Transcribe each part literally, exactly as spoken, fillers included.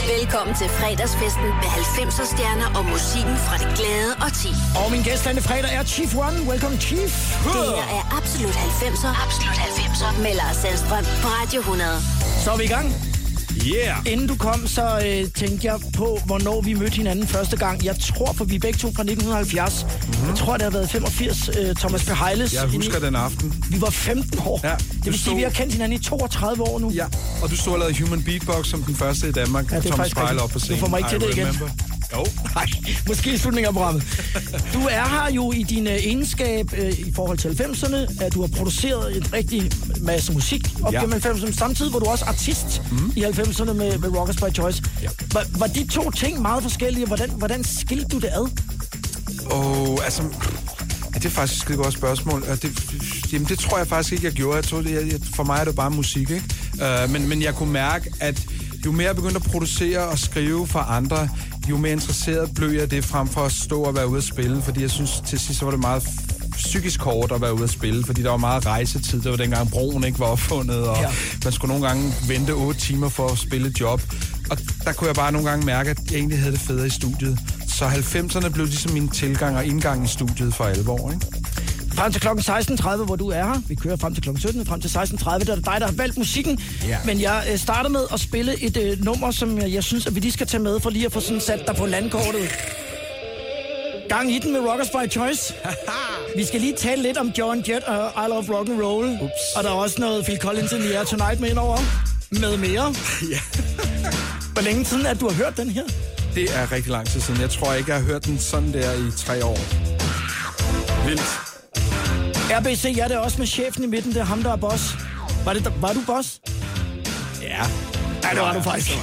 Velkommen til fredagsfesten med halvfemser stjerner og musikken fra det glade årti. Og min gæst denne fredag er Chief One. Welcome, Chief. Det her er Absolut halvfemser. Absolut halvfemser med Lars Sandstrøm på Radio hundrede. Så er vi i gang. Yeah. Inden du kom, så øh, tænkte jeg på, hvornår vi mødte hinanden første gang. Jeg tror, for vi er begge to fra nitten halvfjerds. Mm-hmm. Jeg tror, det har været femogfirs. Øh, Thomas Behejles. Jeg husker i... den aften. Vi var femten år. Ja, det vil sige, stod... vi har kendt hinanden i toogtredive år nu. Ja, og du stod og lavede Human Beatbox som den første i Danmark. Ja, det er Thomas faktisk op på scenen. Du får mig ikke til det igen. Remember. Jo. Nej, måske i slutningen af programmet. Du er her jo i din uh, egenskab uh, i forhold til halvfemserne, at du har produceret en rigtig masse musik op ja. gennem halvfemserne. Samtidig var du også artist mm. i halvfemserne med, med Rockers by Choice. Ja. Var, var de to ting meget forskellige? Hvordan, hvordan skilte du det ad? Åh, oh, altså... Ja, det er faktisk et skide godt spørgsmål. Det, jamen, det tror jeg faktisk ikke, jeg gjorde. Jeg tror, det, for mig er det bare musik, ikke? Uh, men, men jeg kunne mærke, at jo mere jeg begyndte at producere og skrive for andre, jo mere interesseret blev jeg det frem for at stå og være ude at spille. Fordi jeg synes, til sidst så var det meget psykisk hårdt at være ude at spille, fordi der var meget rejsetid. Det var dengang broen ikke var opfundet, og ja. man skulle nogle gange vente otte timer for at spille et job. Og der kunne jeg bare nogle gange mærke, at jeg egentlig havde det federe i studiet. Så halvfemserne blev ligesom min tilgang og indgang i studiet for alvor, ikke? Frem til klokken seksten tredive, hvor du er her. Vi kører frem til klokken sytten, frem til seksten tredive. Der er det dig, der har valgt musikken. Yeah. Men jeg øh, starter med at spille et øh, nummer, som jeg, jeg synes, at vi lige skal tage med, for lige at få sådan sat dig på landkortet. Gang i den med Rockers by Choice. Vi skal lige tale lidt om John Jett og I Love Rock and Roll. Ups. Og der er også noget Phil Collins in the Air Tonight med indover. Med mere. Ja. Hvor længe siden at du har hørt den her? Det er rigtig lang tid siden. Jeg tror ikke, jeg har hørt den sådan der i tre år. Vildt. R B C, ja, det er også med chefen i midten. Det er ham, der er boss. Var, det, var du boss? Ja. Ja, det var du faktisk.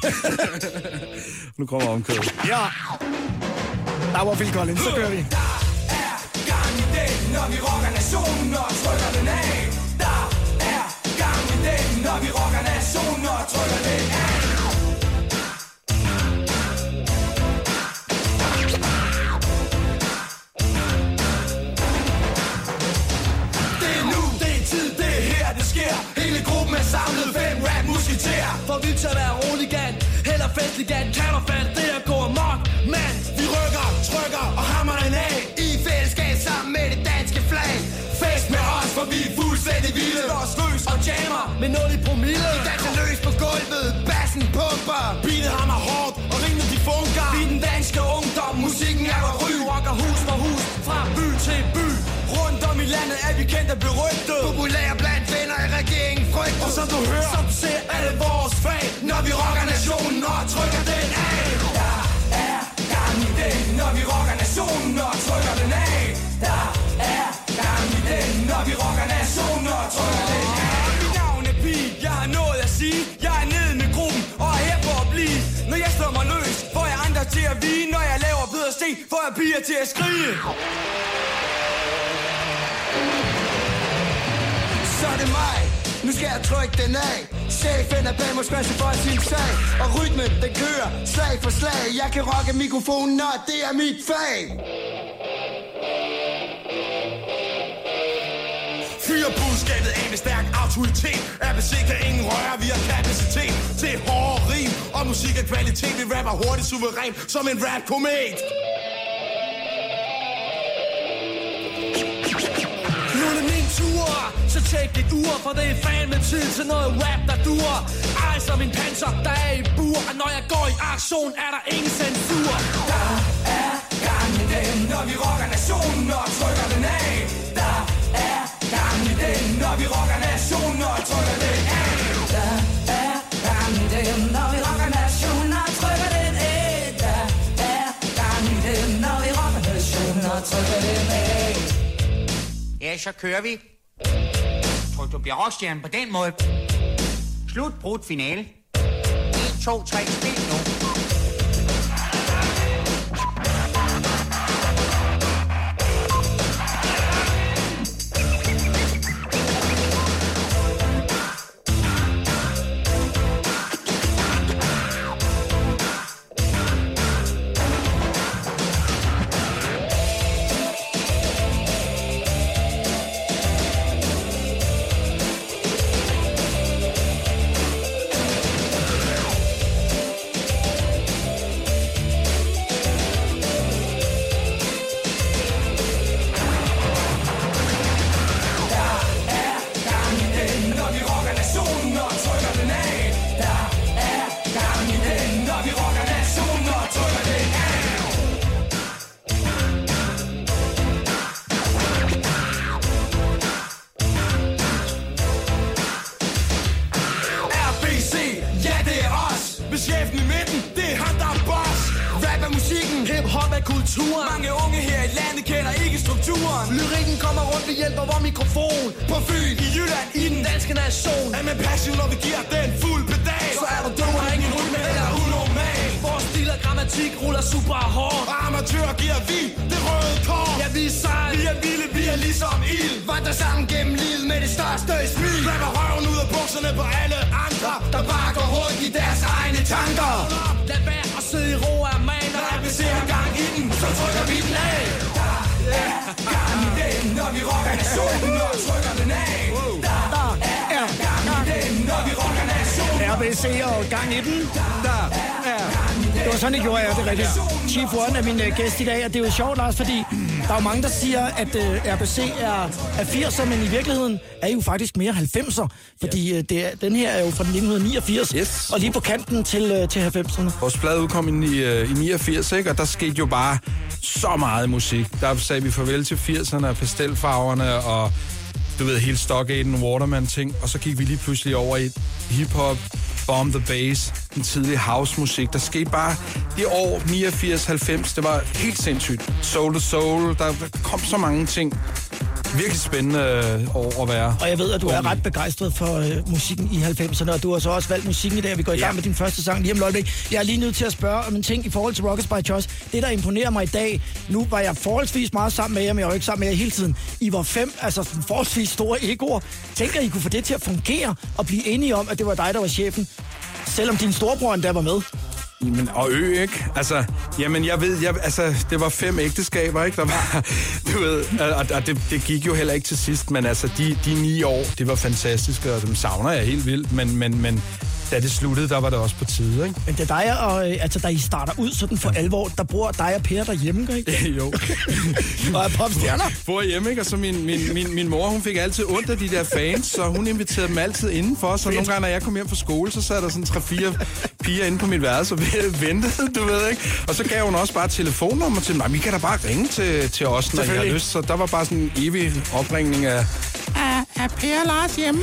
Nu kommer omkødet. Ja. Der var Phil Collins, så kører vi. Der er gang i den, når vi rocker nationen og trykker den af. Der er gang i den, når vi rocker nationen og trykker den af. Hele gruppen er samlet, fem rap musketerer. For vi til at være roligan, heller festligan. Counterfald, det er gå amok. Man, vi rykker, trykker og hammer den af. I fællesskab sammen med det danske flag. Fest med os, for vi er fuldstændig vilde. Slår løs og jammer med nul i promille. Vi danser løs på gulvet, bassen pumper. Beatet hammer hårdt og rimene de funker. Vi er den danske ungdom, musikken er vores ry. Rocker hus for hus, fra by til by. Rundt om i landet er vi kendt og berygtet. Populære blandt venner i regeringen frygt. Og som du hører, som du ser, er det vores fag. Når vi rocker nationen og trykker den af. Der er gang i den, når vi rocker nationen og trykker den af. Der er gang i den, når vi rocker nationen og trykker den af. Mit navn er Pig, jeg har noget at sige. Jeg er nede med gruppen og er her for at blive. Når jeg slår mig løs, får jeg andre til at vige. Når jeg laver Peder Stig, får jeg piger til at skrige. Så er det mig, nu skal jeg trykke den af. Chefen er bag mig, smasse for sin sag. Og rytmen, den kører, slag for slag. Jeg kan rocke mikrofonen, og det er mit fag. Fyr budskabet af med stærk autoritet. R B C kan ingen røre, vi har kapacitet til hårde rim. Og musik er kvalitet, vi rapper hurtigt suveræn som en rap-komet. Nu er det min tur, så tjek dit ur, for det er fandme tid til noget rap, der duer. Ej som en panser, der er i bur, og når jeg går i aktion, er der ingen censur. Der er gang i den, når vi rocker nationen og trykker den af. Der er gang i den, når vi rocker nationen og trykker den af. Der er gang i den, når vi rocker nationen og trykker den af. Der er gang i den, når vi rocker nationen og trykker den af. Ja, så kører vi. Tror du bliver rockstjerne på den måde. Slut, brudt, finale. en, to, tre, spil nu. chefen i midten, det er ham, der er boss. Rap er musikken, hip-hop er kulturen. Mange unge her i landet kender ikke strukturen. Lyrikken kommer rundt ved hjælp af vores mikrofon. På Fyn, i Jylland, i den danske nation. Er med passion, når vi giver den fuld pedal. Så er du dum og ingen rytme eller unormal. Vores stil og grammatik ruller super hårdt. Og amatør giver vi det røde kort. Ja, vi er sej, vi er vilde, vi er ligesom ild. Vandrer sammen gennem livet med det største smil. Klapper røven ud af bukserne på alle andre, der bare går rundt i deres egne tanker. Lad være at sidde i ro af man. Når A B C har gang i den, så trykker vi den af. Der er gang i den, når vi rocker nationen, og trykker den af. Der er gang i den, når vi rocker nationen. R B C og gang i den. Der er. Det var sådan, det gjorde jeg, det rigtigt. Chief One er min uh, gæst i dag, og det er jo sjovt, Lars, fordi der er jo mange, der siger, at uh, R B C er, er firser, men i virkeligheden er I jo faktisk mere halvfemser, fordi uh, det er, den her er jo fra nitten niogfirs, yes. Og lige på kanten til, uh, til halvfemserne. Vores plade udkom i, uh, i niogfirs, ikke? Og der skete jo bare så meget musik. Der sagde vi farvel til firserne og pastelfarverne og du ved, hele Stock Aiden Waterman-ting, og så gik vi lige pludselig over i hip-hop, Bomb the Bass, den tidlige house-musik. Der skete bare de år niogfirs halvfems, det var helt sindssygt. Soul to Soul, der kom så mange ting. Virkelig spændende år at være. Og jeg ved, at du er ret begejstret for øh, musikken i halvfemserne, og du har så også valgt musikken i dag, vi går i gang ja. med din første sang lige om lidt. Jeg er lige nødt til at spørge om en ting i forhold til Rockers by Choice. Det, der imponerer mig i dag, nu var jeg forholdsvis meget sammen med jer, men jeg var ikke sammen med jer hele tiden. I var fem, altså forholdsvis store egoer. Tænker, I kunne få det til at fungere og blive enige om, at det var dig, der var chefen, selvom din storebror endda var med? Jamen, og ø, ikke? Altså, jamen, jeg ved, jeg, altså, det var fem ægteskaber, ikke? Der var, du ved, og, og det, det gik jo heller ikke til sidst, men altså, de, de ni år, det var fantastiske, og dem savner jeg helt vildt, men, men, men da det sluttede, der var det også på tide, ikke? Men det er dig, og, altså, da I starter ud sådan for ja. alvor, der bor dig og Per derhjemme, ikke? jo. Og er popstjerner. Bor hjemme, ikke? Og så min, min, min, min mor, hun fik altid ondt af de der fans, så hun inviterede dem altid indenfor, så nogle gange, når jeg kom hjem fra skole, så sad der sådan tre-fire piger inde på mit værelse og ventede, du ved, ikke? Og så gav hun også bare telefonnummer til mig. Vi kan da bare ringe til, til os, når jeg har lyst. Så der var bare sådan en evig opringning af... Er, er Per og Lars hjemme?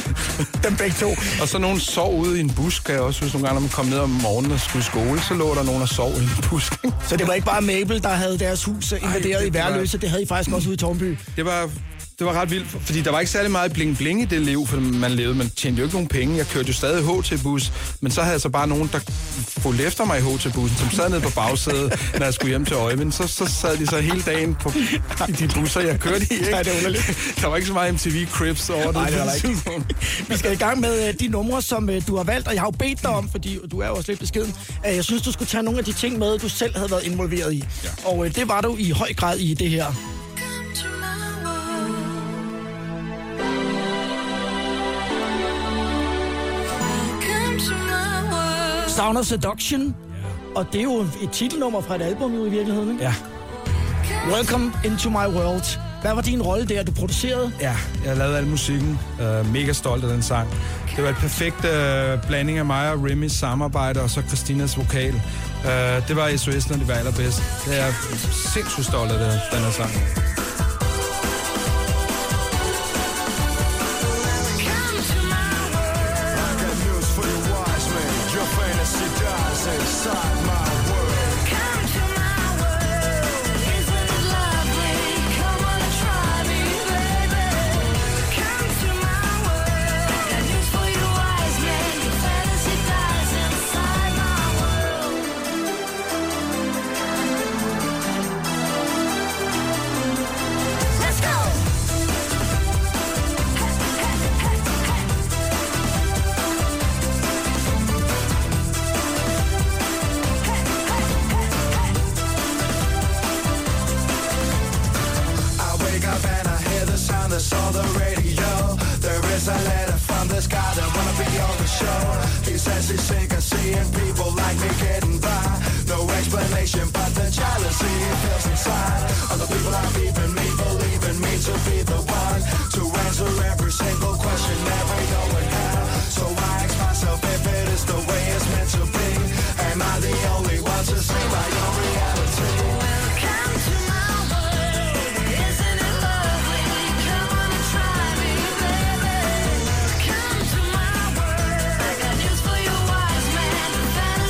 Dem begge to. Og så nogen sov ude i en busk, kan jeg også huske nogle gange, når man kom ned om morgenen og skulle i skole, så lå der nogen og sov i en busk. Så det var ikke bare Mabel, der havde deres hus invaderet i Værløse, det havde I faktisk også ude i Tårnby? Det var... Det var ret vildt, fordi der var ikke særlig meget bling-bling i det liv, for man levede. Man tjente jo ikke nogen penge. Jeg kørte jo stadig H T-bus, men så havde jeg så bare nogen, der fulgte efter mig i H T-bussen, som sad nede på bagsædet, når jeg skulle hjem til Øjvind. Så, så sad de så hele dagen på, i de busser, jeg kørte i. Ikke? Nej, det er underligt. Der var ikke så meget M T V Crips over det. Nej, det var ikke. Vi skal i gang med de numre, som du har valgt, og jeg har jo bedt dig om, fordi du er jo også lidt beskeden. Jeg synes, du skulle tage nogle af de ting med, du selv havde været involveret i. Ja. Og det var du i høj grad i det her. Sound of Seduction, yeah. Og det er jo et titelnummer fra et album jo i virkeligheden, ikke? Ja. Welcome into my world. Hvad var din rolle der, du producerede? Ja, jeg lavede al musikken. Uh, mega stolt af den sang. Det var et perfekt uh, blanding af mig og Remy's samarbejde, og så Christinas vokal. Uh, det var S O S, når det var allerbedst. Det er sindssygt stolt af det, den her sang. Inside my world. Come to my world. Isn't it lovely? Come on and try me, baby. Come to my world. I got news for you, wise man. Your fantasy dies inside my world. Let's go. That's all the radio. There is a letter from this guy that wanna be on the show. He says he's sick of seeing people like me getting by. No explanation, but the jealousy he feels inside. Other people are leaving me, believing me to be the one to answer every single question, never knowing how. So I ask myself if it is the way it's meant to be. Am I the only one to see my own reality? Welcome to my world. Isn't it lovely? Come on and try me, baby. Come to my world. I got news for you, wise man.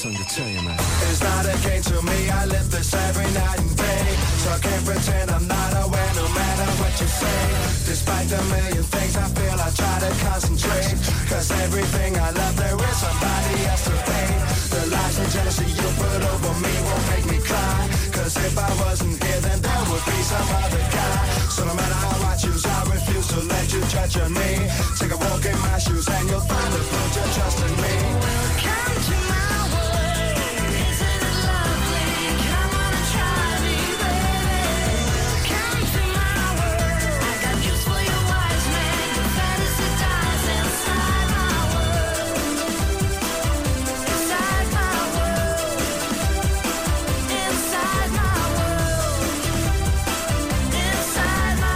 something to tell you, man. It's not a game to me, I live this every night and day. So I can't pretend I'm not aware no matter what you say. Despite the million things I feel, I try to concentrate. Cause everything I love, there is somebody else to pay. The lies and jealousy you put over me won't make me cry. Cause if I wasn't here, then there would be some other guy. So no matter how I choose, I refuse to let you judge on me. Take a walk in my shoes and you'll find the proof you're trusting me. Come to my world, isn't it lovely? Come on and try me, baby. Come to my world, I got news for you, wise man. Your fantasy dies inside my world. Inside my world. Inside my world. Inside my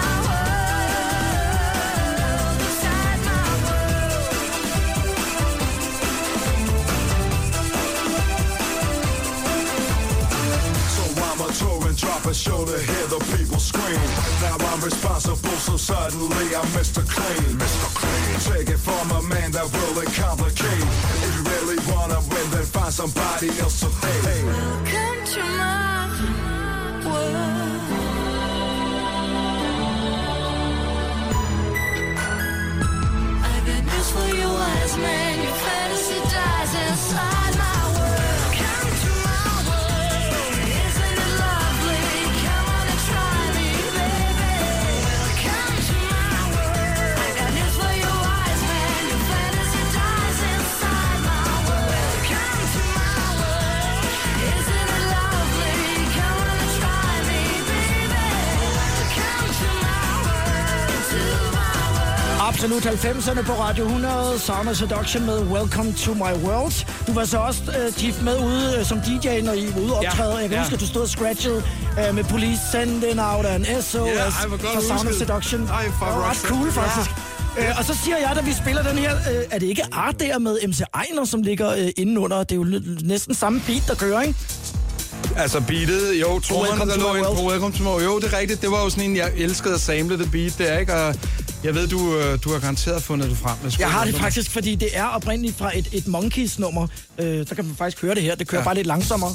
world. Inside my Drop a show to hear the people scream. Now I'm responsible, so suddenly I'm Mister Clean. Mister Clean. Take it from a man that will complicate. If you really wanna win, then find somebody else to pay. Welcome to my world. I got news for you, wise man. Your fantasy dies inside my world. Come to my world. Isn't it lovely? Come on and try me, baby. Welcome to my world. I got news for you, wise man. Your fantasy dies inside my world. Come to my world. Isn't it lovely? Come on and try me, baby. Come to my world. To my world. Absolut halvfemserne på Radio hundrede, Sound of Seduction med Welcome to my world. Du var så også, uh, Chief, med ude uh, som D J, når I var ude og optræde. Ja, Jeg kan ja. huske, at du stod og scratchede uh, med Police, Sending Out and S O S Ja, ej, hvor godt fra Sound of husket. Seduction. Ej, fuck, det var ret Roxanne. cool, faktisk. Ja. Uh, og så siger jeg, da vi spiller den her, uh, er det ikke Art der med M C Ejner, som ligger uh, indenunder? Det er jo l- næsten samme beat, der kører, ikke? Altså beatet, jo, trommerne, Welcome der to lå my ind world. på Welcome to my world. Jo, det er rigtigt. Det var jo sådan en, jeg elskede at sample det beat der, ikke? Og jeg ved, du, øh, du har garanteret fundet det frem. Jeg har det faktisk, fordi det er oprindeligt fra et, et Monkeys-nummer. Øh, så kan man faktisk høre det her. Det kører ja. bare lidt langsommere.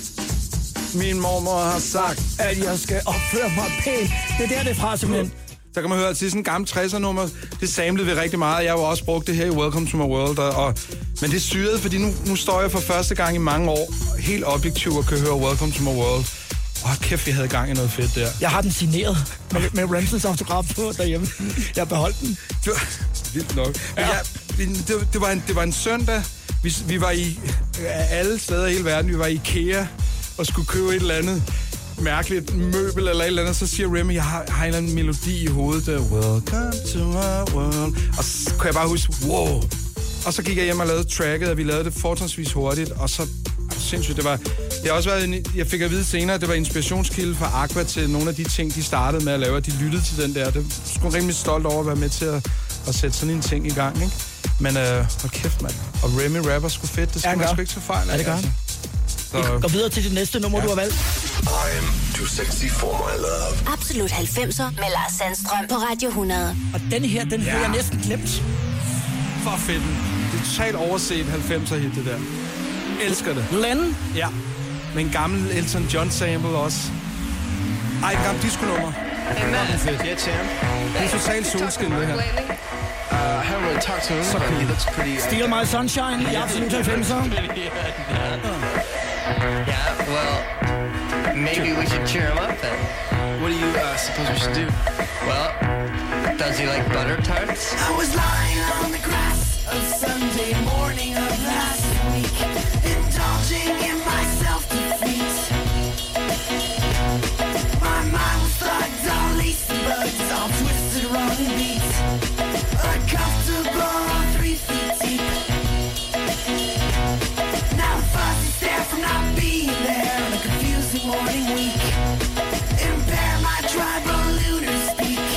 Min mormor har sagt, At jeg skal opføre mig pænt. Det er der, det er fra, simpelthen. så kan man høre, at det er sådan en gammel tresser-nummer. Det samlede vi rigtig meget. Jeg har jo også brugt det her i Welcome to my world. Og, og, men det er syret, fordi nu, nu står jeg for første gang i mange år helt objektiv og kan høre Welcome to my world. Åh, oh, kæft, vi havde gang i noget fedt der. Jeg har den signeret med, med Ramsons autograf på derhjemme. Jeg har beholdt den. Det var vildt nok. Men Ja. ja, det, det, var en, det var en søndag. Vi, vi var i alle steder i hele verden. Vi var i IKEA og skulle købe et eller andet mærkeligt møbel eller et eller andet. Så siger Remy, jeg har, har en eller anden melodi i hovedet. Der, Welcome to my world. Og så kunne jeg bare huske, wow. Og så gik jeg hjem og lavede tracket, og vi lavede det fortrinsvis hurtigt. Og så sindssygt, det var... Det har også været en, jeg fik at vide senere, at det var inspirationskilde fra Aqua til nogle af de ting, de startede med at lave, og de lyttede til den der. Det er sgu rimelig stolt over at være med til at, at sætte sådan en ting i gang, ikke? Men øh, hold kæft, mand. Og Remy rapper sgu fedt, det skal Ja, man gør. sgu ikke så fejl af. Ja, det gør han. Altså. Vi går videre til det næste nummer, ja. du har valgt. I'm too sexy for my love. Absolut halvfemser med Lars Sandstrøm på Radio hundrede. Og denne her, den ja. havde jeg næsten glemt. For fedt. Det er totalt overset halvfemser hit, det der. Elsker det. Len. Ja. Med en gammel Elton John sample også. Ej, et gammelt disco-nummer. Hey, man. Yeah, champ. Det er totalt solskin, det her. Uh, I haven't really talked to him, So but cool. he looks pretty... Uh, Steal My Sunshine i Absolut halvfemser. yeah, well, maybe we should cheer him up then. What do you uh, suppose we should do? Well, does he like butter tarts? I was lying on the grass of Sunday morning of last week, indulging in my self-defeat. My mind was thugged, all lace and bugs, all twisted, wrong and beat. Uncomfortable on three feet deep. Now the fuzzy stare from not being there on a confusing morning week. Impair my tribal lunar speak.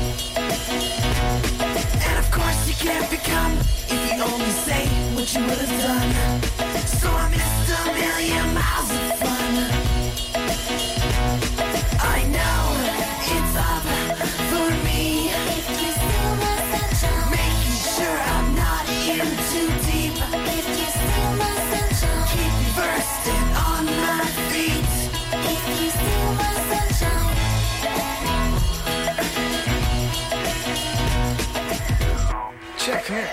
And of course you can't become if you only say what you would have done. So I missed a million miles of fun. I know it's up for me, making sure I'm not in too deep. Keep me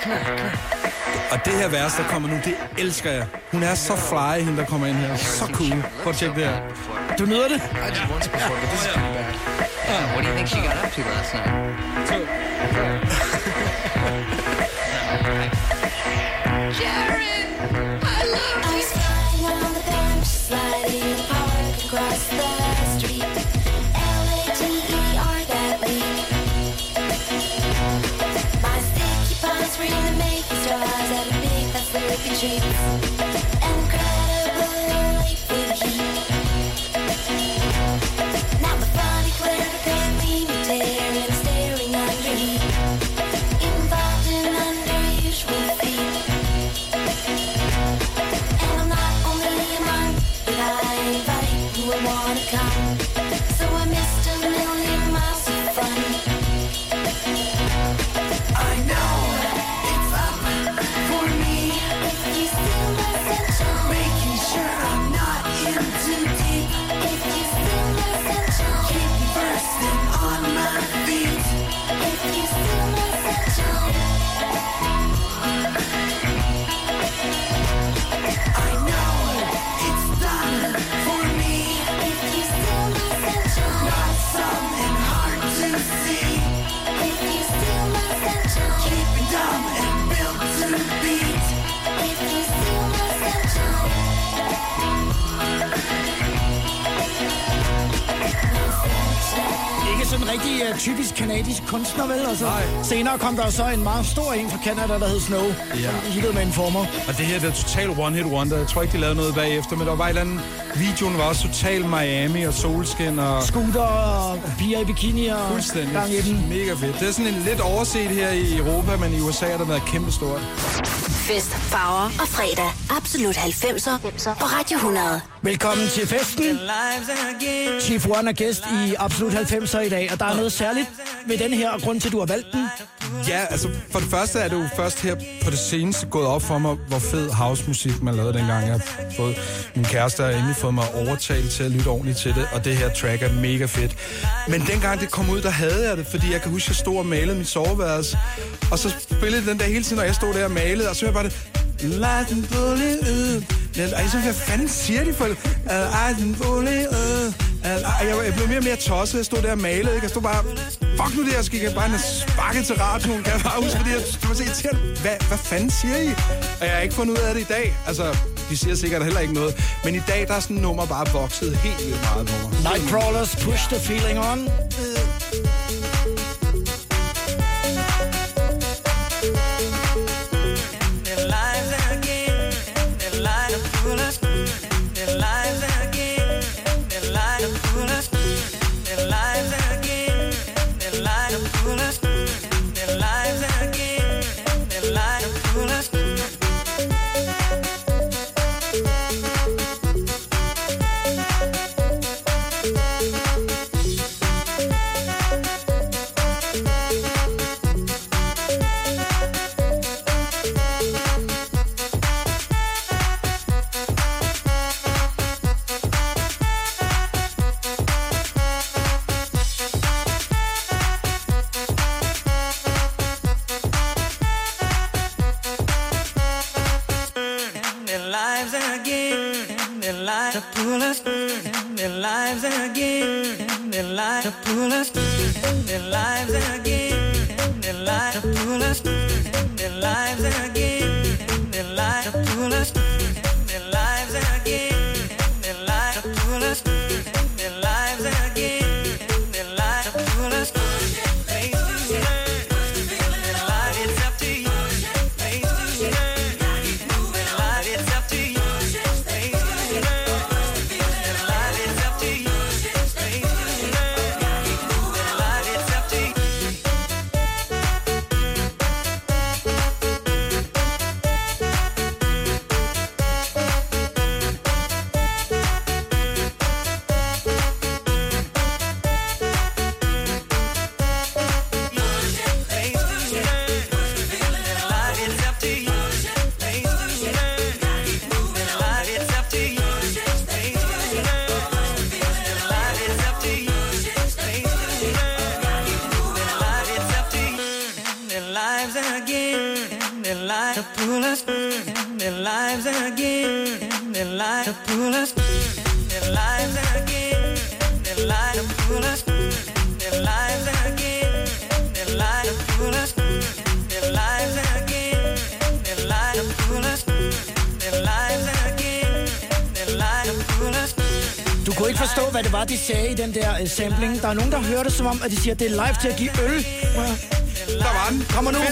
Og det her vers, der kommer nu, det elsker jeg. Hun er så fly, hende der kommer ind her. Så cool. Prøv at tjekke det her. Du nyder det? I did once before, but this is pretty bad. Yeah, what do you think she got up to last night? Jared, I love you. I was flying on the bench, sliding park across the street. L A T E R that week. My sticky palms ring the making stars at a big fat slurpy treats. Incredibly with heat. Now the funny clear can't leave me tearing, staring under heat. Involved in unusual feet. And I'm not only a monk, but I invite who would wanna come. So I missed a million miles of fun. I know it's up for me. If you steal my essential, making sure I'm not in too deep. If you steal my essential, keep me bursting on my feet. If you steal my essential, I know it's done for me. If you steal my essential, not something hard to see. If you steal my essential, keep me dumb and built to beat. If you steal my essential, Ikke sådan en rigtig uh, typisk kanadisk kunstner, vel? Altså, senere kom der så en meget stor en fra Canada, der hed Snow. Ja. Som hittede med en former. Og det her, det er total one-hit wonder. Jeg tror ikke, de lavede noget bagefter, men der var bare et eller andet... Videoen var også total Miami og solskin og... Scooter og piger i bikini og Fuldstændig. gang i den. Mega fedt. Det er sådan en lidt overset her i Europa, men i U S A har der været kæmpestort. Fest, farver og fredag. Absolut halvfemser på Radio hundrede. Velkommen til festen. Chief One er gæst i Absolut halvfemser i dag, og der er noget særligt ved den her, og grund til, at du har valgt den. Ja, altså for det første er det jo først her på det seneste gået op for mig, hvor fed housemusik man lavede dengang. Jeg har fået, min kæreste har endelig fået mig overtalt til at lytte ordentligt til det, og det her track er mega fedt. Men dengang det kom ud, der havde jeg det, fordi jeg kan huske, at jeg stod og malede mit soveværelse, og så spillede den der hele tiden, og jeg stod der og malede, og så hørte jeg bare det... Like en bully, øh. Ej, så hvad fanden siger de for det? Ej, en bully, øh. Jeg blev mere og mere tosset. Jeg stod der og malede, ikke? Jeg stod bare... Fuck nu det, jeg skal bare have sparket til radioen. Kan jeg bare huske, fordi jeg var så irriteret. Hvad, hvad fanden siger I? Og jeg har ikke fundet ud af det i dag. Altså, de siger sikkert heller ikke noget. Men i dag, der er sådan en nummer bare vokset helt vildt meget nummer. Nightcrawlers, Push the Feeling On. us in their lives again, in their lives to pull us in their lives again, in their lives to pull us in their lives again, in their lives to pull us in their lives again, in their lives to pull us in their lives again, in their lives to pull us. Du kunne ikke forstå, hvad det var, de sagde i den der uh, sampling. Der er nogen, der hører det som om, at de siger, at det er live til at give øl. Ja. Der var den. Kommer nu.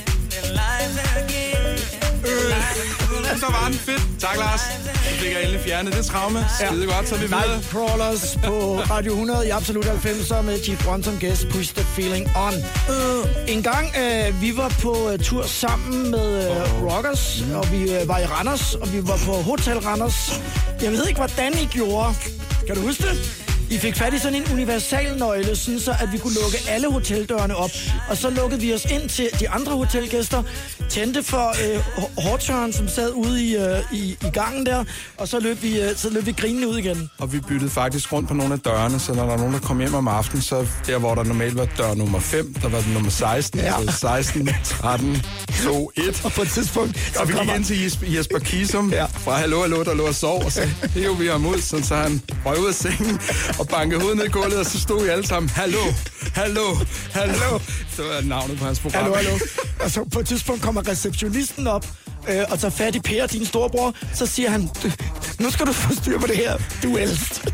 Øh. Så var den. Fedt. Tak, Lars. Så fik jeg endelig fjernet det traume. Skide ja. Godt, så er vi videre. Nightcrawlers på Radio hundrede i Absolut halvfemser med Chief One som gæst. Push the feeling on. Uh. En gang, uh, vi var på uh, tur sammen med uh, Rockers, mm. og vi uh, var i Randers, og vi var på Hotel Randers. Jeg ved ikke, hvordan I gjorde. Kan du huske det? I fik fat i sådan en universalnøgle, sådan så at vi kunne lukke alle hoteldørene op. Og så lukkede vi os ind til de andre hotelgæster, tændte for øh, hårdtørren, som sad ude i, øh, i, i gangen der, og så løb vi, øh, så løb vi grinende ud igen. Og vi byttede faktisk rundt på nogle af dørene, så når der er nogen, der kom hjem om aftenen, så der, hvor der normalt var dør nummer fem, der var den nummer seksten, ja. Så seksten, tretten, to, et. Og på et tidspunkt... Og vi gik ind til Jesper, Jesper Kisum ja. Fra Hallo, Hallo, der lå og sov, og så hævde vi ham ud, sådan, så han røg ud af sengen og bankede hovedet ned i gulvet, og så stod vi alle sammen, hallo, hallo, hallo. Det var navnet på hans program. Hallo, hallo. Og så på et tidspunkt kommer receptionisten op, øh, og tager fat i Per, din storebror, så siger han, nu skal du få styr på det her, du er ældst.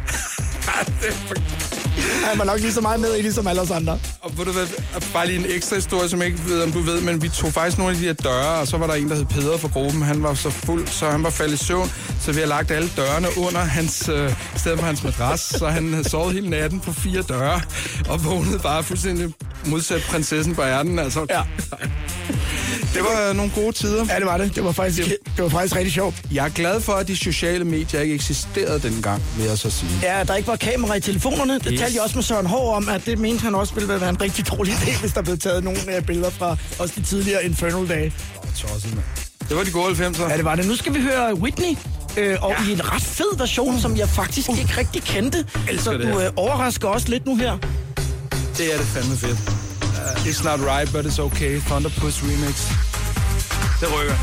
Han var nok lige så meget med i, ligesom alle os andre. Og ved du hvad, bare lige en ekstra historie, som jeg ikke ved, om du ved, men vi tog faktisk nogle af de her døre, og så var der en, der hed Peder fra gruppen. Han var så fuld, så han var faldet i søvn, så vi har lagt alle dørene under hans, øh, stedet på hans madras, så han havde sovet hele natten på fire døre, og vågnede bare fuldstændig modsat prinsessen på ærten, altså. Ja. Det var nogle gode tider. Ja, det var det. Det var faktisk, det var faktisk rigtig sjovt. Jeg er glad for, at de sociale medier ikke eksisterede dengang, vil jeg så sige. Ja, der ikke var kamera i telefonerne. Det yes. talte jeg også med Søren Hård om, at det mente han også ville være en rigtig dårlig idé, hvis der blev taget nogle uh, billeder fra også de tidligere Infernal-dage. Tosset, mand. Det var de gode halvfemser. Ja, det var det. Nu skal vi høre Whitney. Øh, og ja. I en ret fed version, som jeg faktisk uh. ikke rigtig kendte. Så du øh, overrasker også lidt nu her. Det er det fandme fedt. Uh, it's not right, but it's okay. Thunderpuss remix. Det rykker.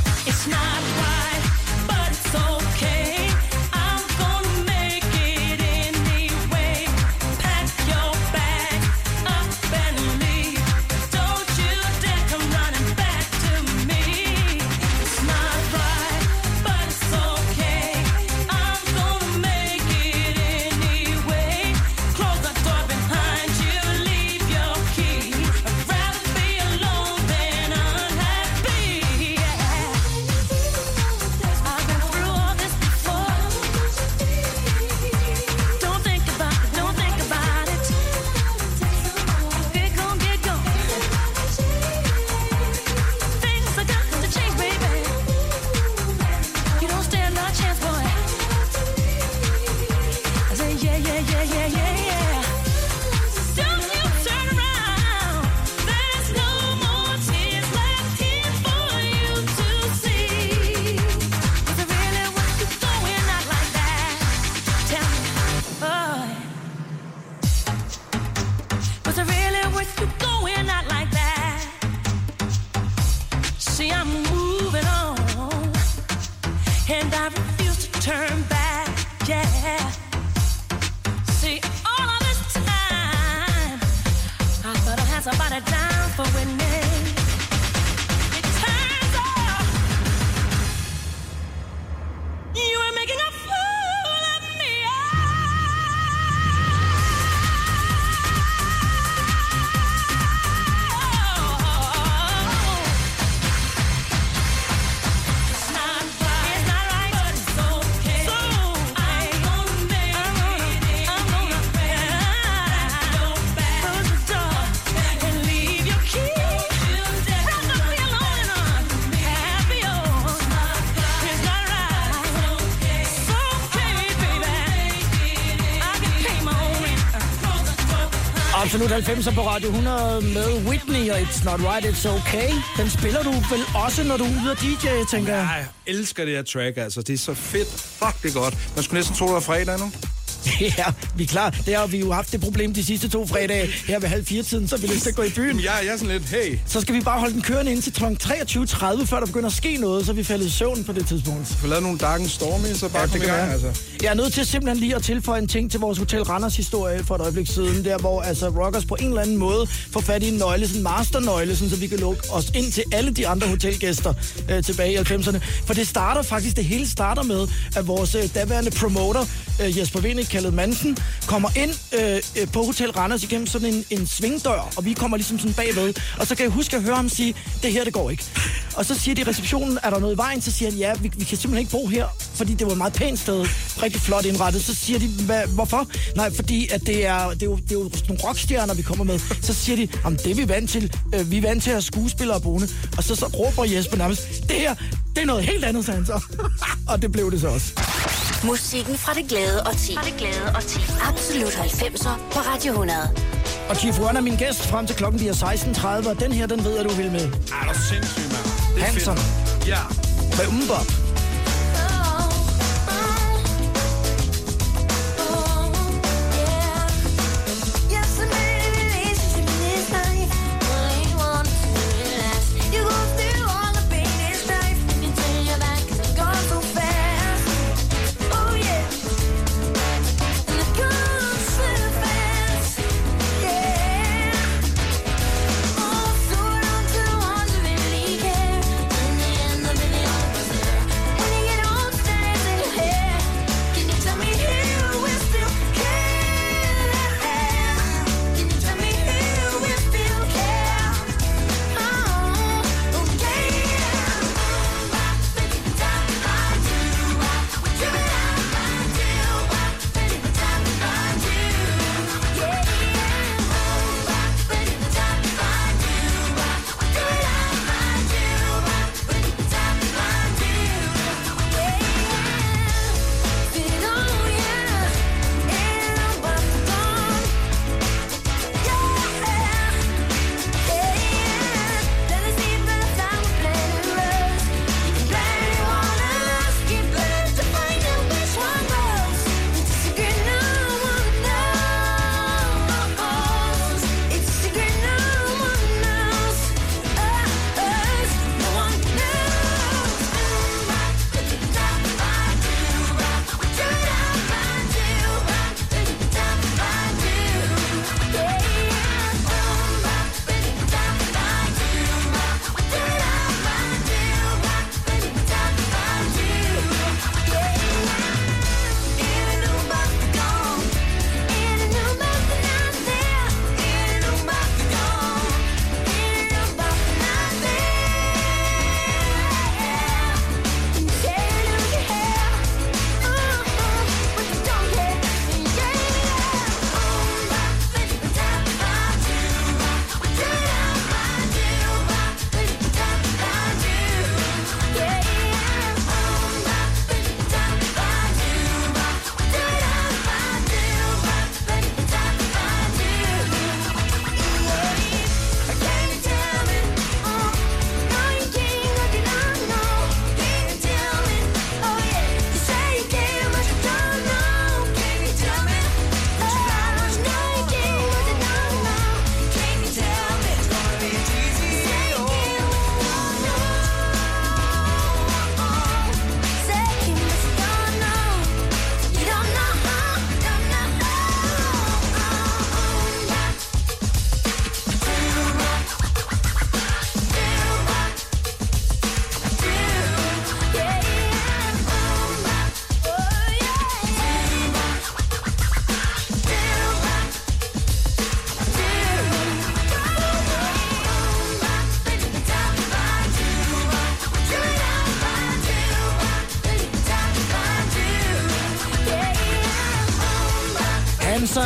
Not right, but it's okay. I'm gonna make it and I refuse to turn back, yeah. See, all of this time, I thought I had somebody down for winning. It turns out you were making a fool of me. Absolut halvfemser på Radio hundrede med Whitney og It's Not Right, It's Okay. Den spiller du vel også, når du er ude og D J, tænker jeg. Ja, jeg elsker det her track, altså. Det er så fedt. Fuck, det er godt. Man skulle næsten tro, det var fredag nu. Ja, vi er klar. Det har vi jo haft det problem de sidste to fredage her ved halv fire tiden, så vi lyst til at gå i byen. Ja, jeg er sådan lidt, hey. Så skal vi bare holde den kørende ind til klokken treogtyve tredive, før der begynder at ske noget, så vi falder i søvn på det tidspunkt. Vi får lavet nogle Dark and Stormy, så bare Ja, ja, kom i gang, altså. Jeg er nødt til simpelthen lige at tilføje en ting til vores Hotel Randers historie for et øjeblik siden, der hvor altså Rockers på en eller anden måde får fat i en nøgle, sådan en masternøgle, sådan, så vi kan lukke os ind til alle de andre hotelgæster øh, tilbage i halvfemserne. For det starter faktisk, det hele starter med, at vores øh, daværende promoter, øh, Jesper Winnig, kaldet Mansen, kommer ind øh, på Hotel Randers igennem sådan en, en svingdør, og vi kommer ligesom sådan bagved. Og så kan jeg huske at høre ham sige, det her, det går ikke. Og så siger de i receptionen, er der noget i vejen? Så siger han, ja, vi, vi kan simpelthen ikke bo her, fordi det var et meget pænt sted, rigtig flot indrettet. Så siger de, hvad, hvorfor? Nej, fordi at det er, det er, jo, det er jo nogle rockstjerner, vi kommer med. Så siger de, jamen det er vi vant til. Øh, vi er vant til at have skuespillere boende. Og så, så råber Jesper nærmest, det her, det er noget helt andet, sagde han så. Og det blev det så også. Musikken fra det glade årti. Fra det glade årti. Absolut halvfemser på Radio hundrede. Og Chief One er min gæst frem til klokken bliver seksten tredive, og den her, den ved jeg, du vil med. Ej, det er sindssygt, mand. Det er Hanson. fedt. Ja. Med Umbop. Oh, so I don't want to really care. In the end, the video was there.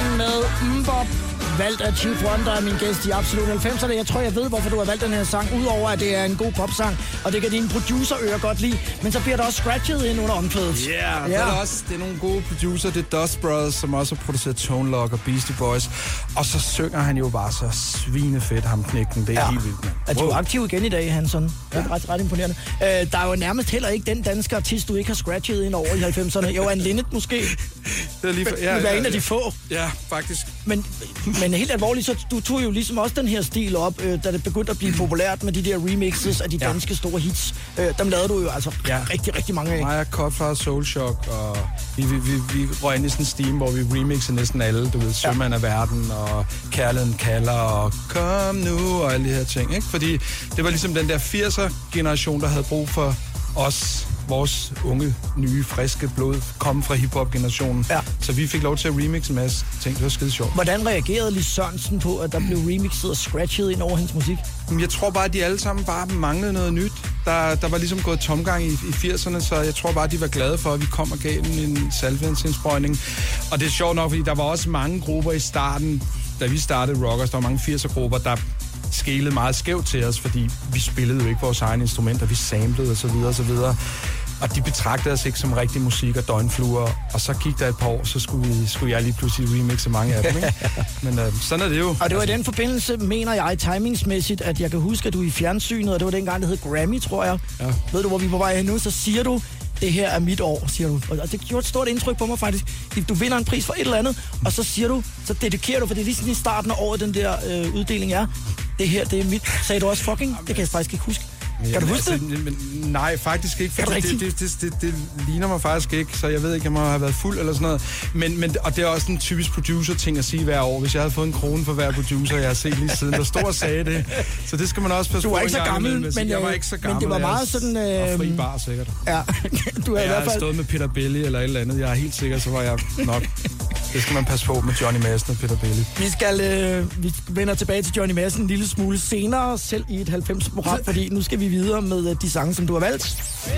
Jackson med Mbop. Valgt af Chief One, der er min gæst i Absolut halvfemserne. Jeg tror, jeg ved, hvorfor du har valgt den her sang. Udover at det er en god popsang, og det kan dine producerører godt lide. Men så bliver der også scratchet ind under omkvædet. Yeah, ja, det er også det er nogle gode producer. Det er Dust Brothers, som også har produceret Tone Loc og Beastie Boys. Og så synger han jo bare så svinefedt, ham knækken. Det er ja. helt vildt, man. Er du wow. aktiv igen i dag, Hanson? Det er ja. ret, ret imponerende. Øh, der er jo nærmest heller ikke den danske artist, du ikke har scratchet ind over i halvfemserne. Jo, Anne Linnet måske. Det er lige for, ja, ja, ja, en af ja. de få. Ja, faktisk. Men, men helt alvorligt, så du tog jo ligesom også den her stil op, øh, da det begyndte at blive populært med de der remixes af de ja. danske store hits. Øh, dem lavede du jo altså ja. rigtig, rigtig mange af. Mig og Cutfire Soul Shock, og vi, vi, vi, vi røg ind i sådan en steam, hvor vi remixede næsten alle. Du ved, Sømand ja. af verden, og Kærligheden kalder, og Kom nu, og alle de her ting, ikke? Fordi det var ligesom den der firser-generation, der havde brug for os, vores unge, nye, friske blod, komme fra hiphop-generationen. Ja. Så vi fik lov til at remixe en masse ting. Det var skide sjovt. Hvordan reagerede Lis Sørensen på, at der blev remixet og scratchet ind over hendes musik? Jeg tror bare, at de alle sammen bare manglede noget nyt. Der, der var ligesom gået tomgang i, i firserne, så jeg tror bare, at de var glade for, at vi kom og gav dem en saltvandsindsprøjtning. Og det er sjovt nok, fordi der var også mange grupper i starten, da vi startede Rockers, der var mange firser-grupper, der skælede meget skævt til os, fordi vi spillede jo ikke vores egne instrumenter, vi samplede og så videre og så videre. Og de betragtede os ikke som rigtig musik og døgnfluer. Og så gik der et par år, så skulle, vi, skulle jeg lige pludselig remixe mange af dem, ikke? Men øh, sådan er det jo. Og det var i den forbindelse, mener jeg, timingsmæssigt, at jeg kan huske, at du i fjernsynet, og det var dengang, det hed Grammy, tror jeg. Ja. Ved du, hvor vi er på vej hen nu? Så siger du, det her er mit år, siger du. Og det gjorde et stort indtryk på mig faktisk. Du vinder en pris for et eller andet, og så siger du, så dedikerer du, for det er lige sådan i starten af året, den der øh, uddeling er. Det her, det er mit. Sagde du også fucking? Det kan jeg faktisk ikke huske. Kan Jamen, du huske altså, det? Men, nej, faktisk ikke. Det, det, det, det, det, det ligner mig faktisk ikke, så jeg ved ikke, jeg må have været fuld eller sådan noget. Men, men, og det er også en typisk producer-ting at sige hver år. Hvis jeg havde fået en krone for hver producer, jeg har set lige siden, der stod og sagde det. Så det skal man også passe på. Du var ikke så gammel, men, men jeg var ikke så gammel. Men det var meget sådan... Øh... Og fri bar, sikkert. Ja, du har jeg i hvert fald... har stået med Peter Belli eller et eller andet. Jeg er helt sikker, så var jeg nok... Det skal man passe på med Johnny Madsen og Peter Belli. Vi skal øh, vi vender tilbage til Johnny Madsen en lille smule senere, selv i et halvfems-program, fordi nu skal vi videre med øh, de sange, som du har valgt.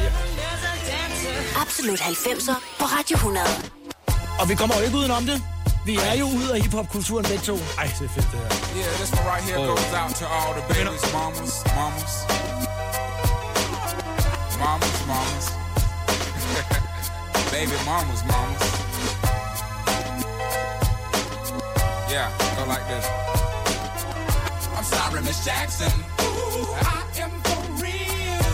Absolut halvfemser på Radio hundrede. Og vi kommer jo ikke udenom det. Vi er jo ude af hiphop-kulturen begge to. Ej, det er fedt, det her. Yeah, this one right here oh. goes out to all the babies, mamas, mamas. Mamas, mamas. Baby mamas, mamas. Yeah, go like this. I'm sorry, Miss Jackson. Ooh, I am for real.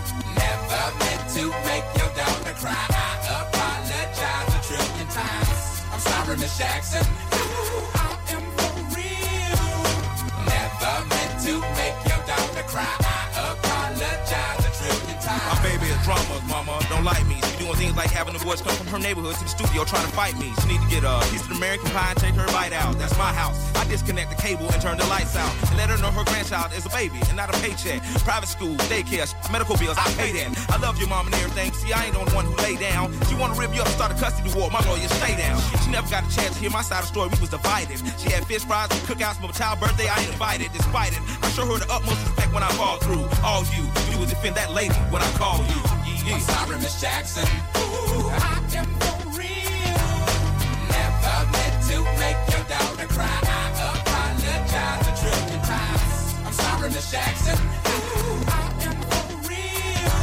Never meant to make your daughter cry. I apologize a trillion times. I'm sorry, Miss Jackson. Ooh, I am for real. Never meant to make your daughter cry. I apologize a trillion times. My baby is drama, mama. Don't like me. She doing things like having the boys come from her neighborhood to the studio trying to fight me. She need to get a piece of American pie and take her bite out. That's my house. I disconnect the cable and turn the lights out. And let her know her grandchild is a baby and not a paycheck. Private school, daycare, medical bills, I pay that. I love your mom and everything. See, I ain't the only one who lay down. She wanna rip you up and start a custody war. My lawyer, stay down. She never got a chance to hear my side of the story. We was divided. She had fish fries and cookouts for my child's birthday. I ain't invited. Despite it, I show her the utmost respect when I fall through. All you, you will defend that lady when I call you. Yeah. I'm sorry, Miss Jackson. Ooh, I am for real. Never meant to make your daughter cry. I apologize a trillion times. I'm sorry, Miss Jackson. Ooh, I am for real.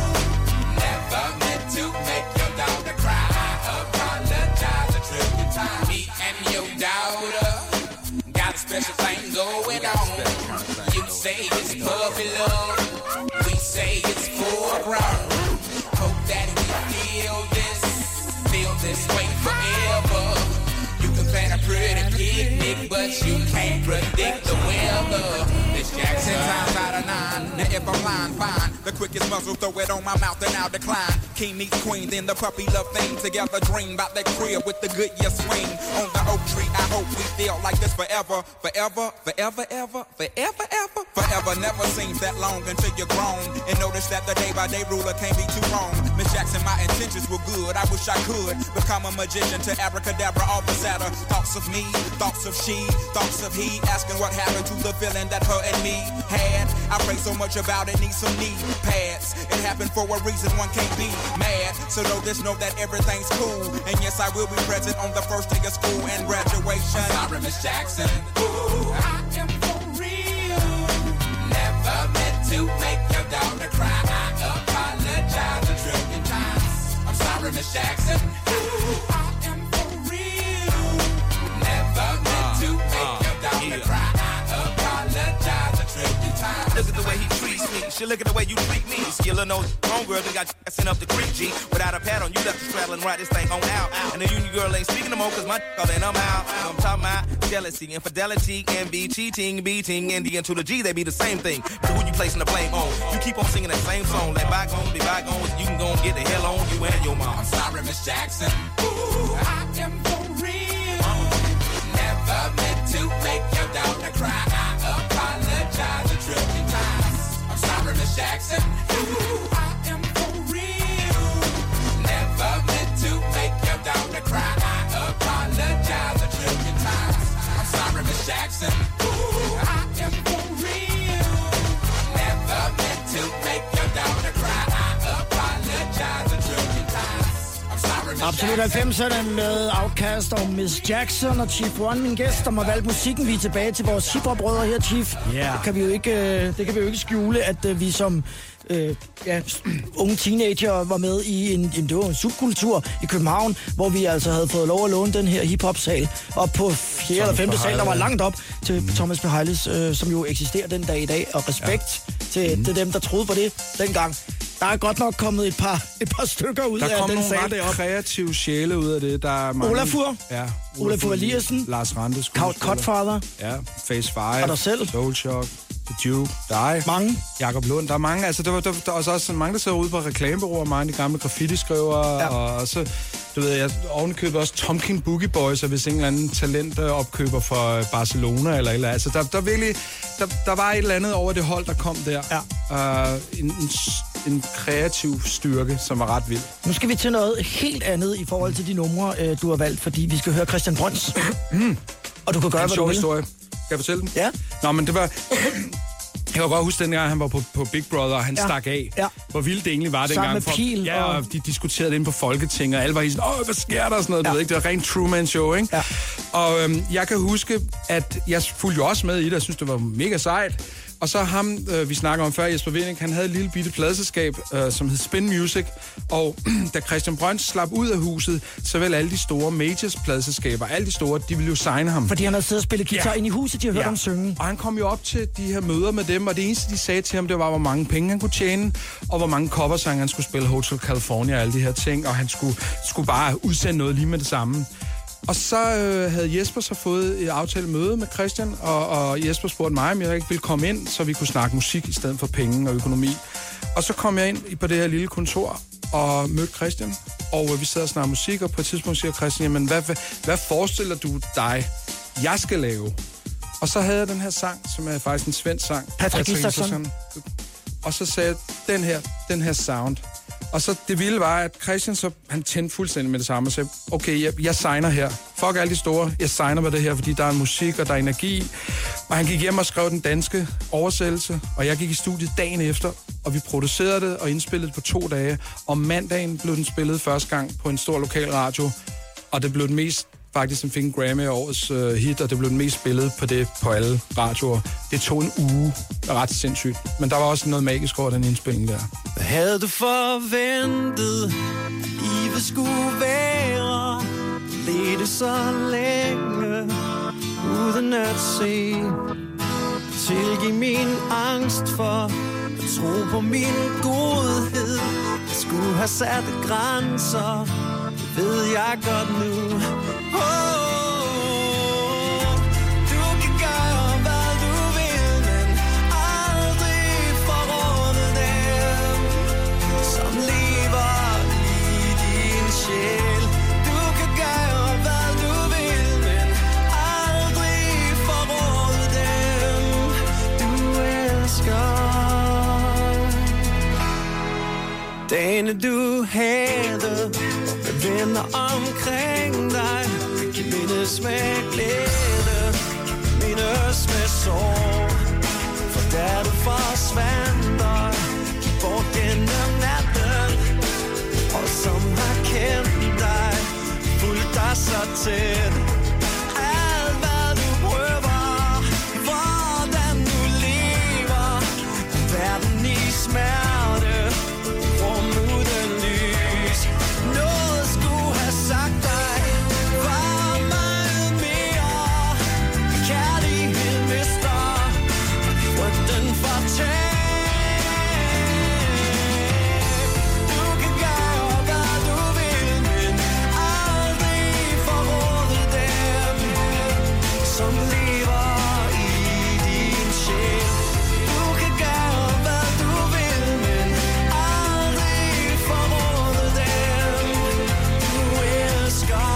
Never meant to make your daughter cry. I apologize a trillion times. Me and your daughter got a special thing going on. You say it's puppy love. We say it's foreground. Hope that we feel this, feel this way forever. You can plan a pretty picnic, but you can't predict the weather. Miss Jackson, times out of nine. Now if I'm lying, fine. The quickest muzzle, throw it on my mouth and I'll decline. King meets queen, then the puppy love thing. Together dream about that crib with the good year swing. On the oak tree, I hope we feel like this forever. Forever, forever, ever, forever, ever. Forever never seems that long until you're grown. And notice that the day by day ruler can't be too wrong. Miss Jackson, my intentions were good. I wish I could become a magician to abracadabra all the sadder. Thoughts of me, thoughts of she, thoughts of he. Asking what happened to the feeling that her and me had. I pray so much about it, need some knee pads. It happened for a reason, one can't be mad. So know this, know that everything's cool. And yes, I will be present on the first day of school and graduation. I'm sorry, Miss Jackson. Ooh, I am for real. Never meant to make your daughter cry. I apologize a trillion times. I'm sorry, Miss Jackson. Ooh, I am for real. Never meant to make your daughter cry. I apologize a trillion times. Look at the way he treats me. Shit, look at the way you treat me. Skillin' those homegirls that got sent up the creek, G. Without a pad on, you left the straddle and ride this thing on out. And the union girl ain't speaking no more, cause my all in, I'm out. So I'm talking about jealousy, infidelity, envy, cheating, beating, and the N to the G, they be the same thing. But who you placing the blame on? You keep on singing that same song. Let bygones be bygones, you can go and get the hell on you and your mom. I'm sorry, Miss Jackson. Ooh, I am for real. Never meant to make your daughter cry. I apologize a trillion times. I'm sorry, Miss Jackson. Ooh, I am for real. Never meant to make your daughter cry. I apologize a trillion times. I'm sorry, Miss Jackson. Ooh, I am for real. Never meant to make your daughter cry. I apologize a trillion times. I'm sorry, Miss Absolut halvfemserne med Outkast og Miss Jackson og Chief One, min gæst, som har valgt musikken. Vi er tilbage til vores hiphop-brødre her, Chief. Yeah. Det kan vi jo ikke, det kan vi jo ikke skjule, at vi som øh, ja, unge teenager var med i en, en, det var en subkultur i København, hvor vi altså havde fået lov at låne den her hiphop-sal. Og på fjerde eller femte sal, der var langt op til mm. Thomas Behejles, øh, som jo eksisterer den dag i dag. Og respekt ja. til, mm. til dem, der troede på det dengang. Der er godt nok kommet et par, et par stykker ud der af den sal deroppe. Der kom nogle ret kreative sjæle ud af det. Der er mange... Olafur. Ja. Olafur Eliassen. Lars Rante. Cutfather. Ja. Face five. Og dig selv. Soulshock. The Duke. Dig. Mange. Jakob Lund. Der er mange. Altså, der var der, der, der også mange, der sidder ude på reklamebureauer. Mange de gamle graffiti-skrivere. Ja. Og, og så... Du ved, jeg ovenikøbet også Tomkin Boogie Boys, og hvis en eller anden talentopkøber for Barcelona eller eller altså der der virkelig der, der var et eller andet over det hold der kom der. Ja. Uh, en, en en kreativ styrke, som var ret vild. Nu skal vi til noget helt andet i forhold til de numre du har valgt, fordi vi skal høre Christian Brøns. mm. Og du kan gøre hvad du vil. Historie. Kan jeg fortælle den? Ja. Nå, men det var jeg kan godt huske, dengang han var på, på Big Brother, og han ja. stak af. Ja. Hvor vildt det egentlig var dengang. Sammen med Pil. Ja, og de diskuterede det inde på Folketinget, og alle var i sådan, åh, hvad sker der? Sådan noget, ja. Du ved ikke, det var rent Truman-show, ikke? Ja. Og øhm, jeg kan huske, at jeg fulgte jo også med i det, jeg synes, det var mega sejt. Og så ham, øh, vi snakker om før, Jesper Winning, han havde et lille bitte pladeselskab, øh, som hed Spin Music. Og da Christian Brøns slap ud af huset, så vel alle de store majors pladeselskaber, alle de store, de ville jo signe ham. Fordi han havde siddet og spillet guitar ja. ind i huset, de har hørt ja. ham synge. Og han kom jo op til de her møder med dem, og det eneste, de sagde til ham, det var, hvor mange penge han kunne tjene, og hvor mange coversange han skulle spille, Hotel California og alle de her ting, og han skulle, skulle bare udsende noget lige med det samme. Og så øh, havde Jesper så fået et aftalt møde med Christian, og, og Jesper spurgte mig, om jeg ikke ville komme ind, så vi kunne snakke musik i stedet for penge og økonomi. Og så kom jeg ind på det her lille kontor og mødte Christian, og øh, vi sad og snakkede musik, og på et tidspunkt siger Christian, jamen hvad, hvad, hvad forestiller du dig, jeg skal lave? Og så havde jeg den her sang, som er faktisk en svensk sang. Patrick Isaksson. Og så sagde jeg, den her, den her sound. Og så det vilde var, at Christian så, han tændte fuldstændig med det samme og sagde, okay, jeg, jeg signer her. Fuck alle de store, jeg signer med det her, fordi der er musik, og der er energi. Og han gik hjem og skrev den danske oversættelse, og jeg gik i studiet dagen efter, og vi producerede det og indspillede det på to dage. Og mandagen blev den spillet første gang på en stor lokal radio, og det blev den mest, faktisk den fik en Grammy af årets uh, hit, og det blev den mest spillet på det på alle radioer. Det tog en uge, ret sindssygt. Men der var også noget magisk over den indspilling der. Hvad havde du forventet, livet skulle være? Ledte så længe, uden at se. Tilgiv min angst for at tro på min godhed. Jeg skulle have sat grænser, det ved jeg godt nu. Oh, du kan gøre hvad du vil, men aldrig forråde dem, som lever i din sjæl. Du kan gøre hvad du vil, men aldrig forråde dem, du elsker. Dagene du havde venner omkring dig, kan mindes med glæde, mindes med sorg. For da du forsvandt dig bort gennem natten. Og som har kendt dig, fulgt dig så tæt. Alt hvad du prøver, hvordan du lever, verden i smerte, rum uden lys. Noget skulle have sagt dig, var meget mere. Kærlighed mister, frygten for tab. Du kan gøre hvad du vil, men aldrig forråde dem, som lever i din sjæl. Du kan gøre hvad du vil, men aldrig forråde dem, du elsker.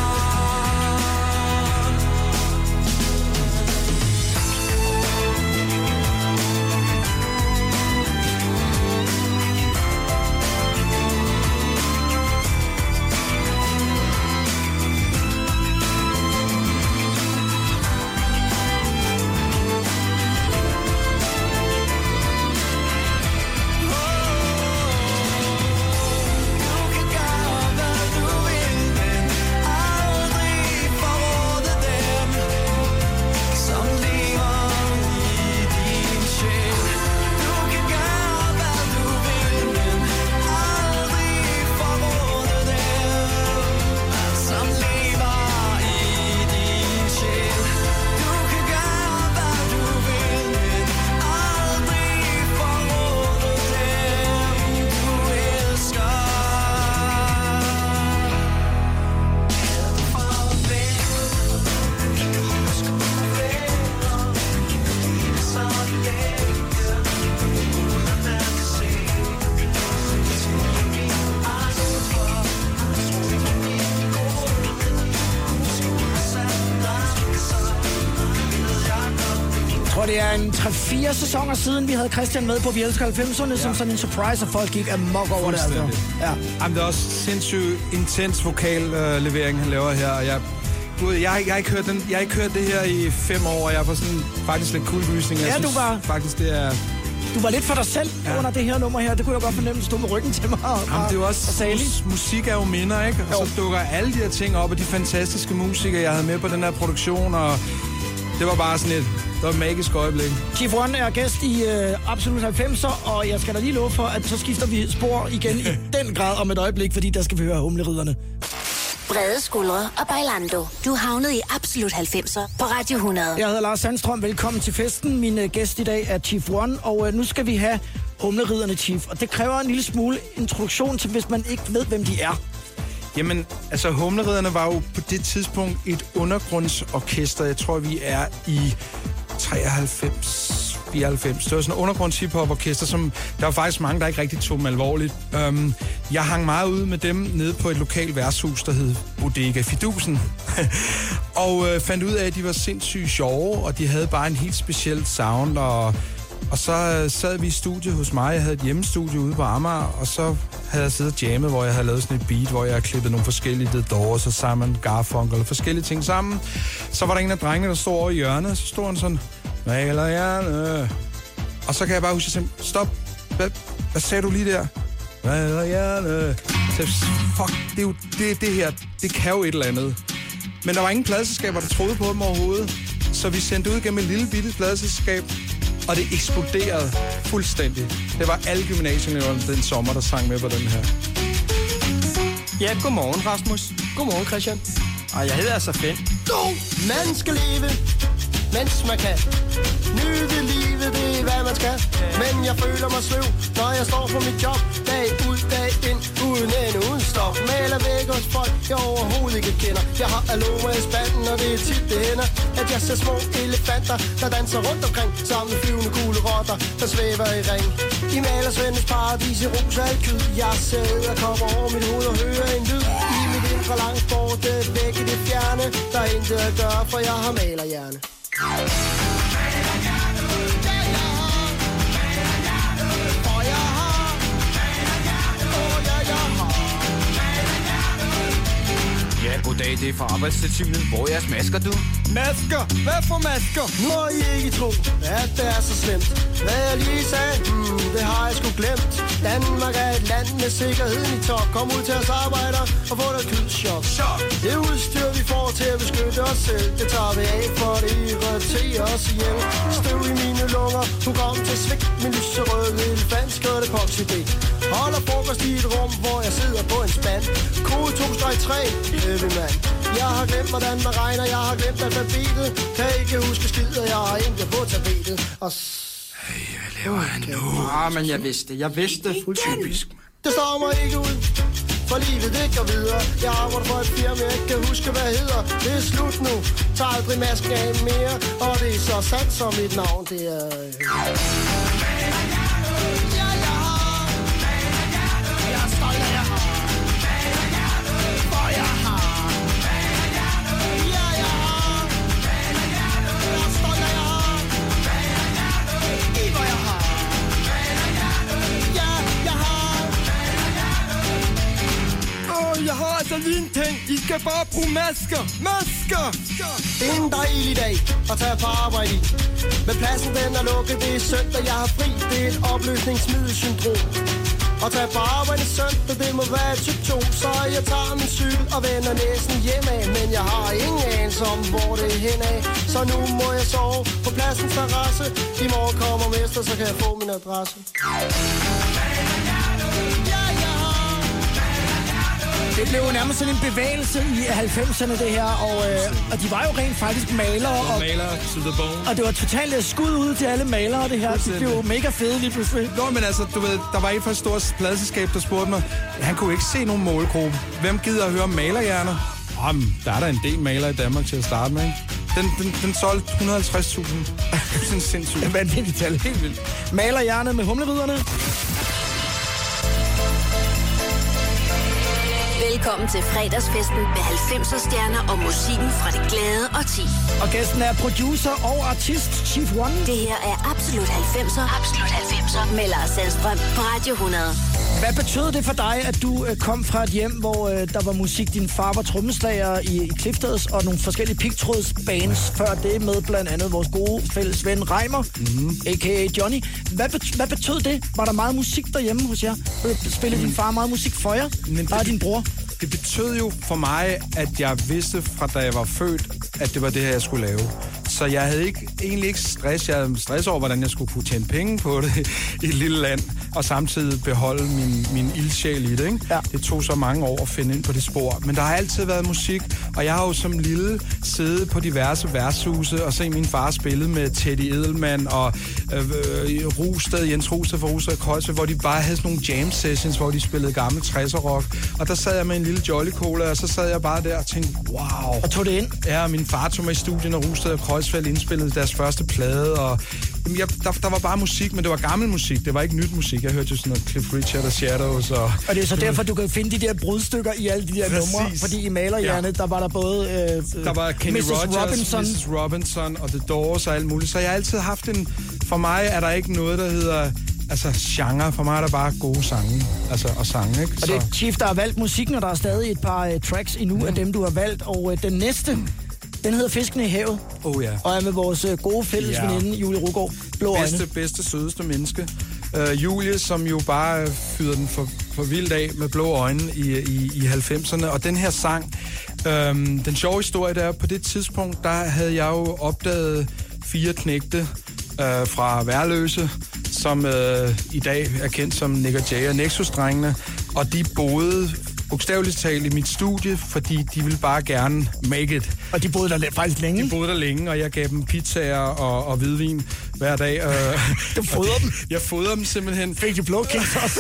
Det er en tre fire sæsoner siden, vi havde Christian med på Vi Elsker halvfemserne, ja. Som sådan en surprise, og folk gik amok over det. Altså. Ja. Jamen, det er også sindssygt intens vokallevering, han laver her. Og jeg, jeg, jeg, jeg, har ikke hørt den, jeg har ikke hørt det her i fem år, og jeg får sådan faktisk lidt kuldegysning. Ja, synes, du var... faktisk, det er... Du var lidt for dig selv ja. Under det her nummer her. Det kunne jeg godt fornemme, at stå med ryggen til mig. Og, Jamen, det er jo også, mus, musik er jo minder, ikke? Og jo. Så dukker alle de her ting op, og de fantastiske musikere, jeg havde med på den her produktion, og det var bare sådan et... Det var et magisk øjeblik. Chief One er gæst i øh, Absolut halvfemser, og jeg skal da lige love for, at så skifter vi spor igen i den grad om et øjeblik, fordi der skal vi høre Humleriderne. Brede skuldre og Bailando. Du havnede i Absolut halvfemser på Radio hundrede. Jeg hedder Lars Sandstrøm. Velkommen til festen. Min øh, gæst i dag er Chief One, og øh, nu skal vi have Humleriderne, Chief. Og det kræver en lille smule introduktion til, hvis man ikke ved, hvem de er. Jamen, altså Humleriderne var jo på det tidspunkt et undergrundsorkester. Jeg tror, vi er i treoghalvfems, fireoghalvfems. Det var sådan et undergrunds hiphop-orkester, som der var faktisk mange, der ikke rigtig tog dem alvorligt. Um, jeg hang meget ud med dem nede på et lokalt værtshus, der hed Bodega Fidusen. og øh, fandt ud af, at de var sindssygt sjove, og de havde bare en helt speciel sound, og Og så sad vi i studiet hos mig. Jeg havde et hjemmestudie ude på Amager, og så havde jeg siddet og jammet, hvor jeg havde lavet sådan et beat, hvor jeg havde klippet nogle forskellige The Doors og sammen, Garfunkel og forskellige ting sammen. Så var der en af drengene, der stod over i hjørnet, og så stod han sådan, maler hjerne. Og så kan jeg bare huske, at stop, hvad, hvad sagde du lige der? Maler hjerne. Så fuck, det er jo det, det her, det kan jo et eller andet. Men der var ingen pladeselskaber, der troede på dem overhovedet. Så vi sendte ud gennem et lille bitte pladeselskab, og det eksploderede fuldstændig. Det var alle gymnasieeleverne den sommer, der sang med på den her. Ja, godmorgen Rasmus. Godmorgen Christian. Og jeg hedder altså Finn. God, man skal leve, mens man kan. Nyde livet, det er hvad man skal. Men jeg føler mig sløv, når jeg står på mit job. Dag ud, dag ind, uden en uden stop. Maler væk hos folk, jeg overhovedet ikke kender. Jeg har aroma i spanden, og det er tit det hænder, at jeg ser små elefanter, der danser rundt omkring. Sammen med flyvende gule rotter, der svæver i ring. I malersvendes paradis i rosa alkyd. Jeg sidder og kommer over mit hoved og hører en lyd. I mit indre langt borte, væk i det fjerne. Der er intet at gøre, for jeg har malerhjerne. Ja, goddag. Goddag, det er fra Arbejdstilsynet. Hvor er jeres masker, du? Masker? Hvad for masker? Nu må I ikke tro, at det er så slemt. Hvad jeg lige sagde, hmm, det har jeg sgu glemt. Danmark er et land med sikkerheden i top. Kom ud til os arbejdere og få dig kydschok. Det udstyr, vi får til at beskytte os selv, det tager vi af, for det irriterer os ihjel. Støv i mine lunger, program til svigt. Min lyserøde elefant skørt epoxy-dæk. Holder frokost i et rum, hvor jeg sidder på en spand. Kode to tre, heavy man. Jeg har glemt, hvordan man regner, jeg har glemt alfabetet. Kan ikke huske skid, og jeg har ikke på tapetet. Og s- hey, hvad laver han nu? Ah, men jeg vidste det, jeg vidste det. Typisk. Det står mig ikke ud, for livet det går videre. Jeg arbejder for et firma, jeg ikke kan huske, hvad jeg hedder. Det er slut nu, tager aldrig masken af mere. Og det er så sandt som mit navn, det er... Jeg har altså lige en ting. I skal bare bruge masker. Masker! Det er en dejlig dag at tage på arbejde i. Men pladsen den er lukket, det er søndag, jeg har fri. Det er et opløsningsmiddelsyndrom. At tage på arbejde søndag, det må være et symptom. Så jeg tager min cykel og vender næsen hjemad. Men jeg har ingen anelse om, hvor det er henad. Så nu må jeg sove på pladsens terrasse. I morgen kommer mester, så kan jeg få min adresse. Det blev jo nærmest sådan en bevægelse i halvfemserne, det her, og, øh, og de var jo rent faktisk malere. Og, malere to the bone. Og det var totalt skud ud til alle malere, det her. De blev jo mega fede lige pludselig. Nå, men altså, du ved, der var et fra et stort pladeselskab, der spurgte mig, han kunne ikke se nogen målgruppe. Hvem gider at høre malerhjerner? Jamen, der er der en del malere i Danmark til at starte med, ikke? Den, den, den solgte et hundrede og halvtreds tusind. Det er sådan sindssygt. Hvad er det, de taler? Helt vildt. Malerhjerne med humleriderne. Velkommen til fredagsfesten med halvfemser stjerner og musikken fra det glade årti. Og gæsten er producer og artist Chief One. Det her er Absolut halvfemser. Absolut halvfemser med Lars Sandstrøm på Radio hundrede. Hvad betød det for dig, at du øh, kom fra et hjem, hvor øh, der var musik? Din far var trommeslager i, i Clifters og nogle forskellige pigtrådsbands før det med blandt andet vores gode fælles ven Reimer, mm-hmm. a k a. Johnny. Hvad, bet- hvad betød det? Var der meget musik derhjemme hos jer? Spillede mm. din far meget musik for jer? Men bare din bror? Det betød jo for mig, at jeg vidste fra da jeg var født, at det var det her, jeg skulle lave. Så jeg havde ikke, egentlig ikke stress. Jeg havde stress over, hvordan jeg skulle kunne tjene penge på det i et lille land, og samtidig beholde min, min ildsjæl i det, ikke? Ja. Det tog så mange år at finde ind på det spor. Men der har altid været musik, og jeg har jo som lille siddet på diverse værtshuse og set min far spille med Teddy Edelman og øh, øh, Rusted, Jens Rusted fra Rusted og Kreuzberg, hvor de bare havde sådan nogle jam sessions, hvor de spillede gamle tresser rock. Og der sad jeg med en lille Jolly Cola, og så sad jeg bare der og tænkte, wow. Og tog det ind? Ja, min far tog mig i studien, og Rusted og Kreuzberg indspillede deres første plade, og jamen, jeg, der, der var bare musik, men det var gammel musik, det var ikke nyt musik. Jeg hørte jo sådan noget Cliff Richard og Shadows. Og, og det er så derfor, du kan finde de der brudstykker i alle de der Præcis. numre, fordi i malerhjernet, ja. der var der både øh, der var Kenny missus Rogers, Robinson. missus Robinson og The Doors og alt muligt. Så jeg har altid haft en... For mig er der ikke noget, der hedder... Altså, genre. For mig er der bare gode sange. Altså, og sange, ikke? Og det er Chief, der har valgt musikken, og der er stadig et par uh, tracks endnu mm. af dem, du har valgt. Og uh, den næste, den hedder Fiskene i havet. Oh ja. Og er med vores uh, gode fælles ja. veninde, Julie Ruggaard. Blå bedste, øjne. Bedste, sødeste menneske. Uh, Julie, som jo bare fyrede den for, for vildt af med blå øjne i, i, i halvfemserne. Og den her sang, øhm, den sjove historie der, på det tidspunkt, der havde jeg jo opdaget fire knægte øh, fra Værløse, som øh, i dag er kendt som Nick og Jay og Nexus-drengene. Og de boede bogstaveligt talt i mit studie, fordi de ville bare gerne make it. Og de boede der faktisk længe? De boede der længe, og jeg gav dem pizzaer og, og hvidvin hver dag. Du fodrede dem? Jeg fodrede dem simpelthen. Fik de blå kiks også?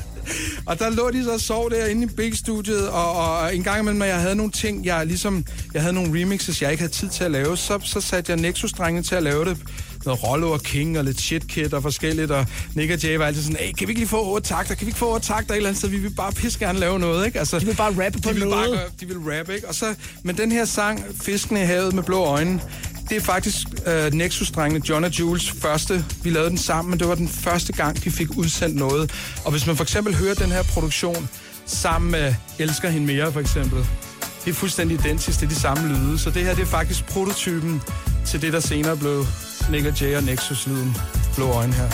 Og der lå de så og sov derinde i Big-studiet, og, og en gang imellem, når jeg havde nogle ting, jeg ligesom, jeg havde nogle remixes, jeg ikke havde tid til at lave, så, så satte jeg Nexus-drengene til at lave det. Noget Rollo og King og lidt Shitkid og forskelligt, og Nick og Jay var altid sådan, hey, kan vi ikke lige få otte takter? Kan vi ikke få otte takter et eller andet sted? Vi vil bare pisse gerne lave noget, ikke? Altså, de vil bare rappe på de noget. Vil bare, de vil rappe, ikke? Og så, men den her sang, Fiskene i havet med blå øjne, det er faktisk øh, Nexus-drengene, John og Jules første. Vi lavede den sammen, men det var den første gang, de fik udsendt noget. Og hvis man for eksempel hører den her produktion sammen med Elsker hende mere, for eksempel, det er fuldstændig identisk, det er de samme lyde. Så det her, det er faktisk prototypen til det, der senere blev Nick og Jay og Nexus-lyden. Blå øjne her.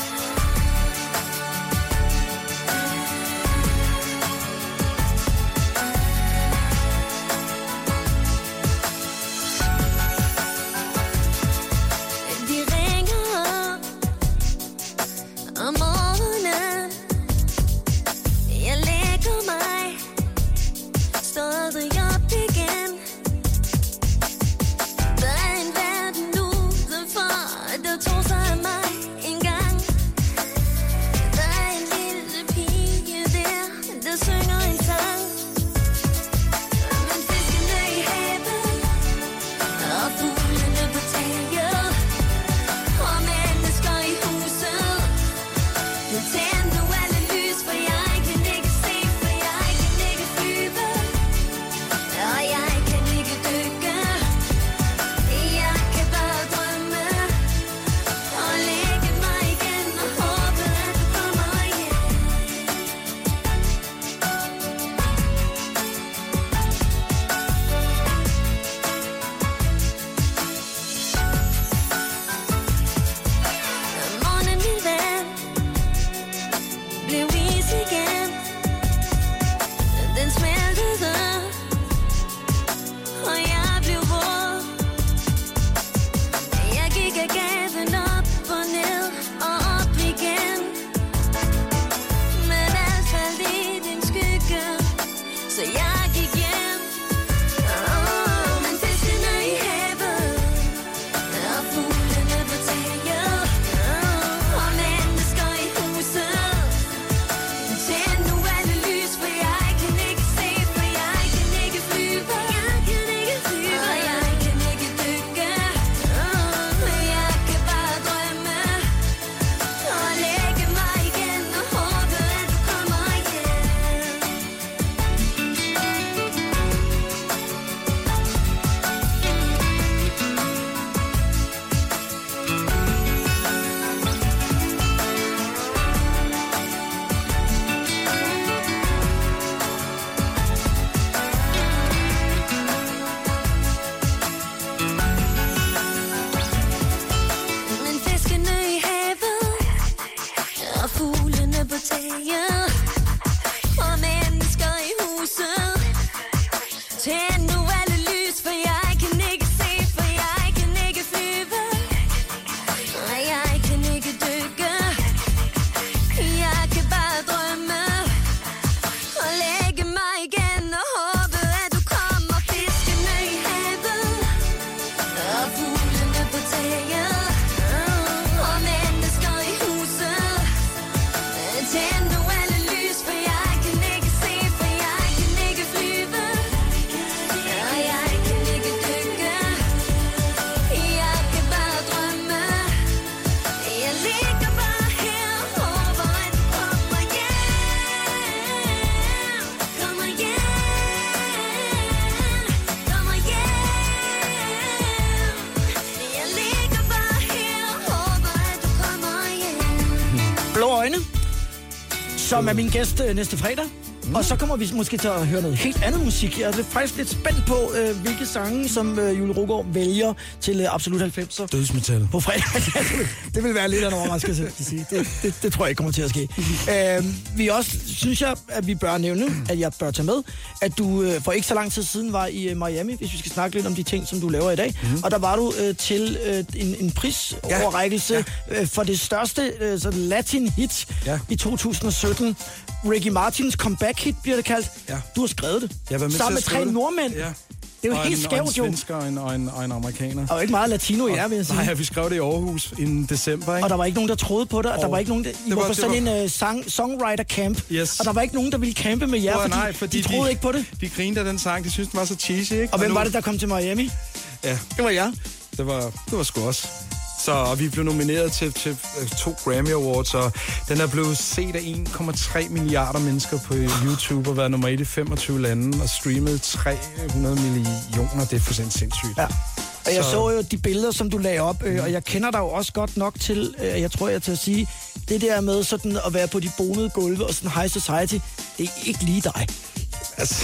Som er min gæst øh, næste fredag. Mm. Og så kommer vi måske til at høre noget helt andet musik. Jeg er faktisk lidt spændt på, øh, hvilke sange, som øh, Julie Ruggaard vælger til øh, Absolut halvfemser. Dødsmetal. På fredag. Det vil være lidt af en overraskelse, at sige. Det, det, det tror jeg ikke kommer til at ske. øh, vi også, synes jeg, at vi bør nævne, at jeg bør tage med, at du øh, for ikke så lang tid siden var i øh, Miami, hvis vi skal snakke lidt om de ting, som du laver i dag. Mm. Og der var du øh, til øh, en, en prisoverrækkelse ja. Ja. Øh, for det største øh, så latin hit ja. i to tusind og sytten. Ricky Martins comeback-hit, bliver det kaldt. Ja. Du har skrevet det. Jeg var med sammen med tre nordmænd. Ja. Det er jo og helt en, skævt, jo. Og en svensker og en, og, en, og en amerikaner. Og ikke meget latino i jer, vil jeg sige. Nej, vi skrev det i Aarhus i december, ikke? Og der var ikke nogen, der troede på det. Og der var ikke nogen, der... I var, var på sådan var... en uh, sang, songwriter-camp. Yes. Og der var ikke nogen, der ville campe med jer, oh, fordi, nej, fordi de troede de, ikke på det. De grinede af den sang. De syntes, den var så cheesy, ikke? Og, og hvem nu... var det, der kom til Miami? Ja. Det var jeg. Det var, det var sgu også. Så og vi blev nomineret til, til to Grammy Awards, og den er blevet set af en komma tre milliarder mennesker på YouTube og været nummer et i femogtyve lande og streamet tre hundrede millioner. Det er fuldstændig sindssygt. Ja. Og jeg så... så jo de billeder, som du lagde op, øh, og jeg kender dig jo også godt nok til, øh, jeg tror, jeg til at sige, det der med sådan at være på de bonede gulve og sådan high society, det er ikke lige dig. Altså,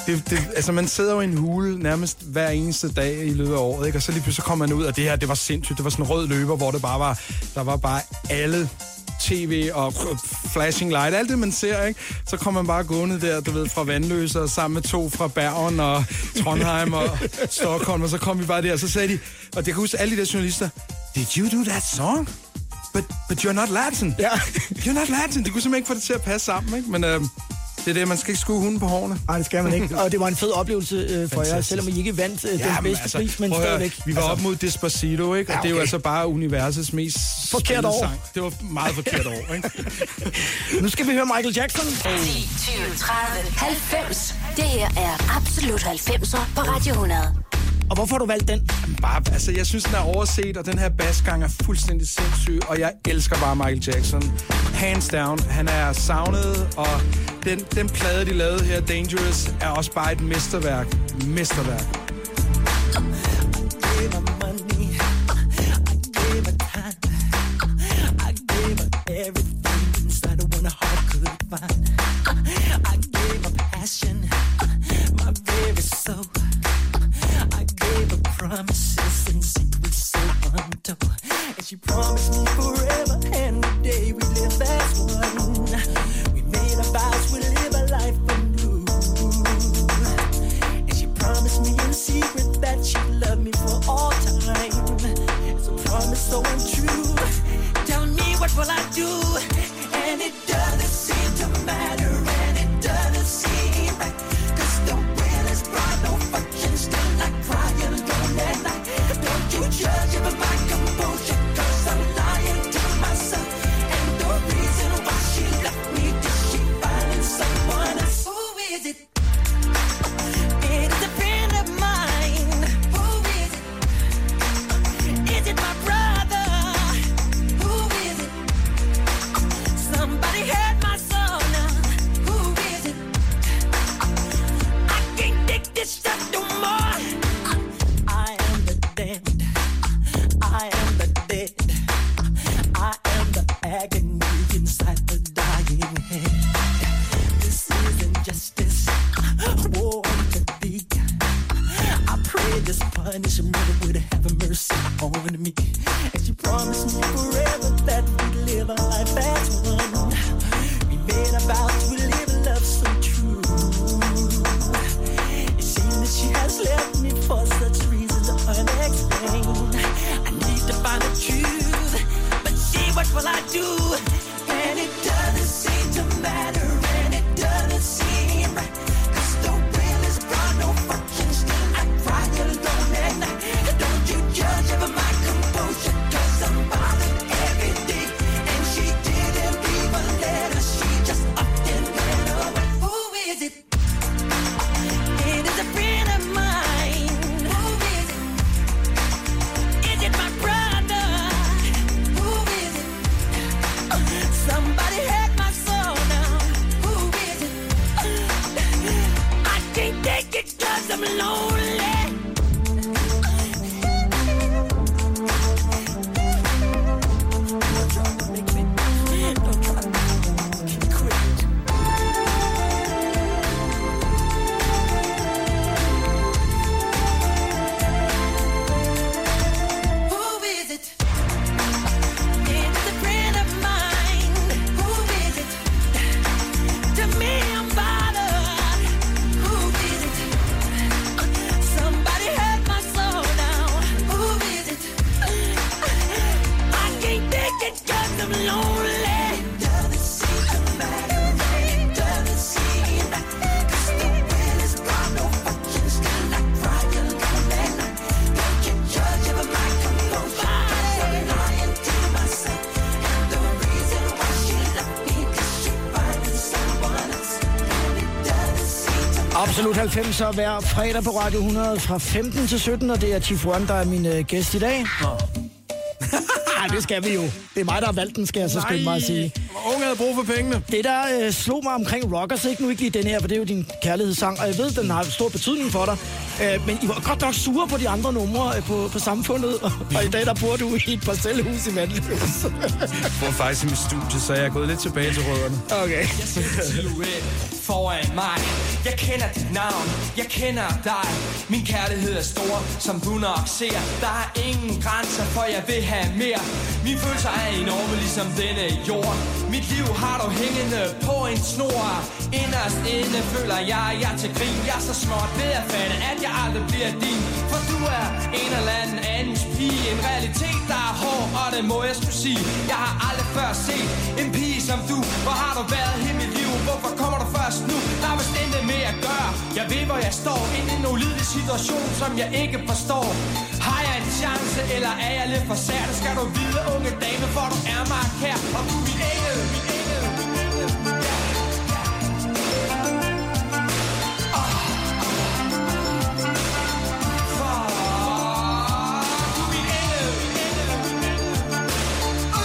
Det, det, altså, man sidder jo i en hule nærmest hver eneste dag i løbet af året, ikke? Og så lige pludselig kommer man ud, og det her, det var sindssygt. Det var sådan en rød løber, hvor det bare var, der var bare alle tv og flashing light, alt det, man ser, ikke? Så kommer man bare gående der, du ved, fra Vandløse og sammen med to fra Bergen og Trondheim og Stockholm, og så kom vi bare der, og så sagde de, og det kan huske alle de der journalister, did you do that song? But, but you're not Latin. Ja. You're not Latin. De kunne simpelthen ikke få det til at passe sammen, ikke? Men øh, det er det, man skal ikke skue hunden på hårene. Nej, det skal man ikke. Og det var en fed oplevelse øh, for jer, selvom I ikke vandt øh, ja, den bedste altså, pris, men stadigvæk. Vi var altså, op mod Despacito, ikke? Og ja, okay. Det er jo altså bare universets mest forkert år. Sang. Det var meget forkert år, ikke? Nu skal vi høre Michael Jackson. ti, tyve, tredive, halvfems. Det her er Absolut halvfemser på Radio hundrede. Og hvorfor har du valgt den? Bare, altså, jeg synes, den er overset, og den her basgang er fuldstændig sindssyg, og jeg elsker bare Michael Jackson. Hands down. Han er savnet, og den, den plade, de lavede her, Dangerous, er også bare et mesterværk. Mesterværk. Promises and secrets so untold. And she promised me forever and the day we live as one. We made our vows, we live a life anew. And she promised me in secret that she'd love me for all time. It's a promise so untrue. Tell me, what will I do? And it doesn't seem to matter, and it doesn't seem right. Cause the will is bright, no fucking still like crying. Don't you judge it by my composure, cause I'm lying to myself. And the reason why she left me, did she find someone else? Who is it? It is a friend of mine. Who is it? Is it my brother? Who is it? Somebody hurt my soul now. Who is it? I can't take this stuff no more. I am the dead. I am the agony inside the dying head. This isn't justice. War to be. I pray this punishment would have mercy on me. And she promised me forever that we'd live a life as one. We made a vow to live a love so true. It seems that she has left me for such reasons unexplained. To find the truth, but see, what will I do? And it doesn't seem to matter, and it doesn't seem right. Cause the will is gone, no fucking still. I cry alone at night. Don't you judge over my composure, cause I'm bothered every day. And she didn't leave a letter, she just upped and ran away. Who is it? It is a friend of mine. Who is it? Is it my brother? Somebody hurt my soul now. Who is it? I can't take it cause I'm lonely. Don't try to make me, don't try to make me quit. Who is it? It's a friend of mine. Who is it? To me, I'm bothered. Who is it? Somebody hurt my soul now. Who is it? I can't take it cause I'm lonely. It doesn't seem to matter, it doesn't seem right. Cause the will is gone, no fucking still. I cry alone at night. Don't you judge over my composure, cause I'm lying to myself. And the reason why she left me, cause she finding someone else. And it doesn't seem to matter. Absolut halvfemser hver fredag på Radio hundrede fra femten til sytten, og det er Chief One, der er min øh, gæst i dag. Nej, det skal vi jo. Det er mig, der har valgt den, skal jeg så skynde mig at sige. ung havde brug for pengene. Det, der øh, slog mig omkring Rockers, ikke nu ikke lige den her, for det er jo din kærlighedssang, og jeg ved, den har stor betydning for dig. Øh, men I var godt nok sure på de andre numre øh, på, på samfundet, og, og i dag der bor du i et parcelhus i Vandløs. Jeg bor faktisk i mit studie, så jeg er gået lidt tilbage til rødderne. Okay. Jeg ser en silhuet foran mig. Jeg kender dit navn, jeg kender dig. Min kærlighed er stor, som du nok ser. Der er ingen grænser, for jeg vil have mere. Mine følelser er enorme, ligesom denne jord. Mit liv har du hængende på en snor. Inderst inde føler jeg, at jeg er til grin. Jeg er så småt ved at fatte, at jeg aldrig bliver din. For du er en eller anden andens pige. En realitet, der er hård, og det må jeg skulle sige. Jeg har aldrig før set en pige som du. Hvor har du været hele mit liv? Hvorfor kommer du først nu? Der er vist intet med at gøre. Jeg ved, hvor jeg står. Inde i en ulidelig situation, som jeg ikke forstår. Har jeg en chance, eller er jeg lidt for sær? Det skal du vide, unge dame, for du er mig kær. Og du er min engel, min engel, min engel. Ja, ja. Oh, oh. For du er min engel, min engel, min engel. Uh,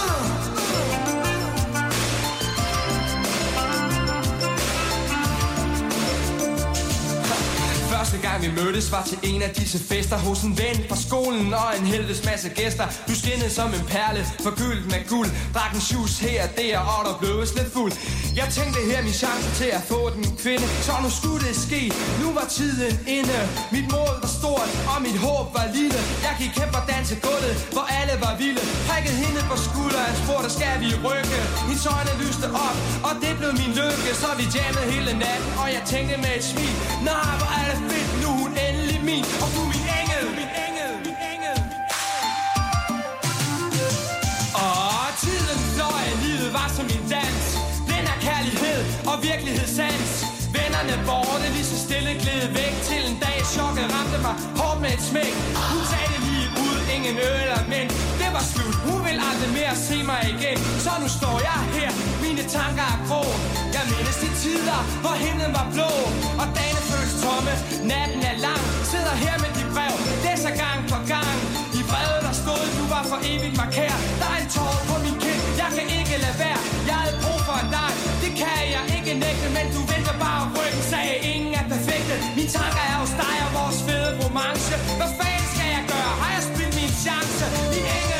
uh. Første gang vi mødtes var til en af disse fester hos en ven fra skolen og en helvedes masse gæster. Du skinnede som en perle, forgyldt med guld. Drak en shoes her og der, og der blev lidt fuld. Jeg tænkte her min chance til at få den kvinde. Så nu skulle det ske, nu var tiden inde. Mit mål var stort, og mit håb var lille. Jeg gik hen på dansegulvet, hvor alle var vilde. Prikkede hende på skulderen, spurgte, skal vi rykke? Hendes øjne lyste op, og det blev min lykke. Så vi jammede hele natten, og jeg tænkte med et smil. Nej, hvor er det fedt, nu er hun endelig min. Og du er min engel, min engel, min engel. Og tiden fløj, livet var som en dans. Blind af kærlighed og virkelighedssans. Vennerne borte, lige så stille gled væk. Til en dag chokket ramte mig hårdt med et smæk. Hun sagde lige ud, ingen øl og men. Det var slut, hun vil aldrig mere se mig igen. Så nu står jeg her, mine tanker er grå. Jeg mindes de tider, hvor himlen var blå. Og dagene føles tomme, natten er lang. Sidder her med de brev, læser gang på gang. I brevet der stod, du var for evigt markær. Der er en tår på min kind, jeg kan ikke lade være. Jeg havde brug for dig, det kan jeg ikke nægte. Men du venter bare ryggen, sagde ingen er perfekte. Mine tanker er hos dig og vores fede romance. Hvad fanden skal jeg gøre? Har jeg spildt min chance? Min engel.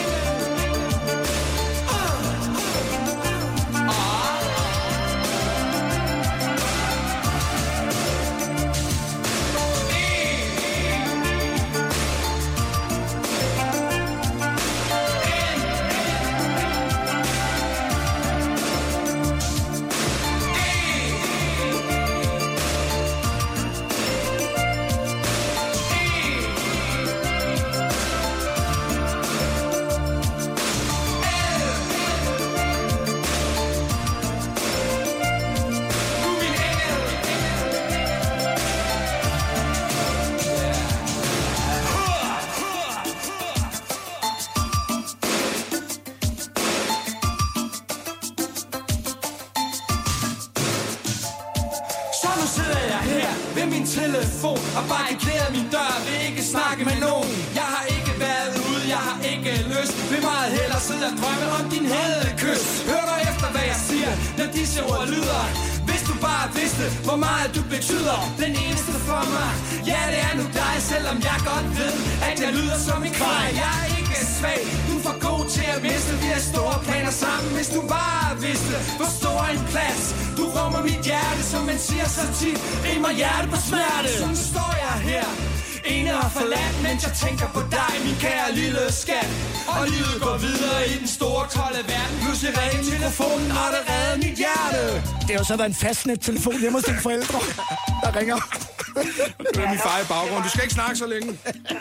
Telefon og bare erklæret min dør, vil ikke snakke med nogen. Jeg har ikke været ude, jeg har ikke lyst. Vil meget hellere sidde og drømme om din hædekys. Hør dig efter hvad jeg siger, når disse ord lyder. Hvis du bare vidste, hvor meget du betyder. Den eneste for mig, ja det er nu dig. Selvom jeg godt ved, at jeg lyder som en kvej. Jeg er ikke svag, du er for god til at miste. Vi har store planer sammen, hvis du bare vidste, hvor stor en plads du rummer mit hjerte. Som man siger så tit, rimer hjerte på smerte. Sådan står jeg her, ene og forladt, mens jeg tænker på dig, min kære lille skat. Og livet går videre i den store kolde verden. Pludselig ringer telefonen, og det redder mit hjerte. Det har jo så været en fastnet-telefon hjemme hos dine forældre, der ringer. Det er min far i baggrunden. Du skal ikke snakke så længe.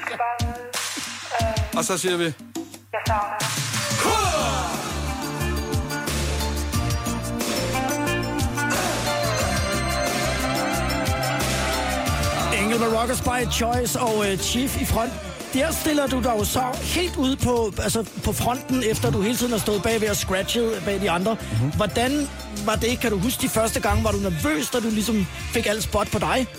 Og så siger vi... Jeg savner dig. Engel med Rockers by Choice og uh, Chief i front. Der stiller du dig jo så helt ude på, altså på fronten, efter du hele tiden har stået bagved og scratchet bag de andre. Mm-hmm. Hvordan var det? Kan du huske de første gange, var du nervøs, da du ligesom fik alt spot på dig?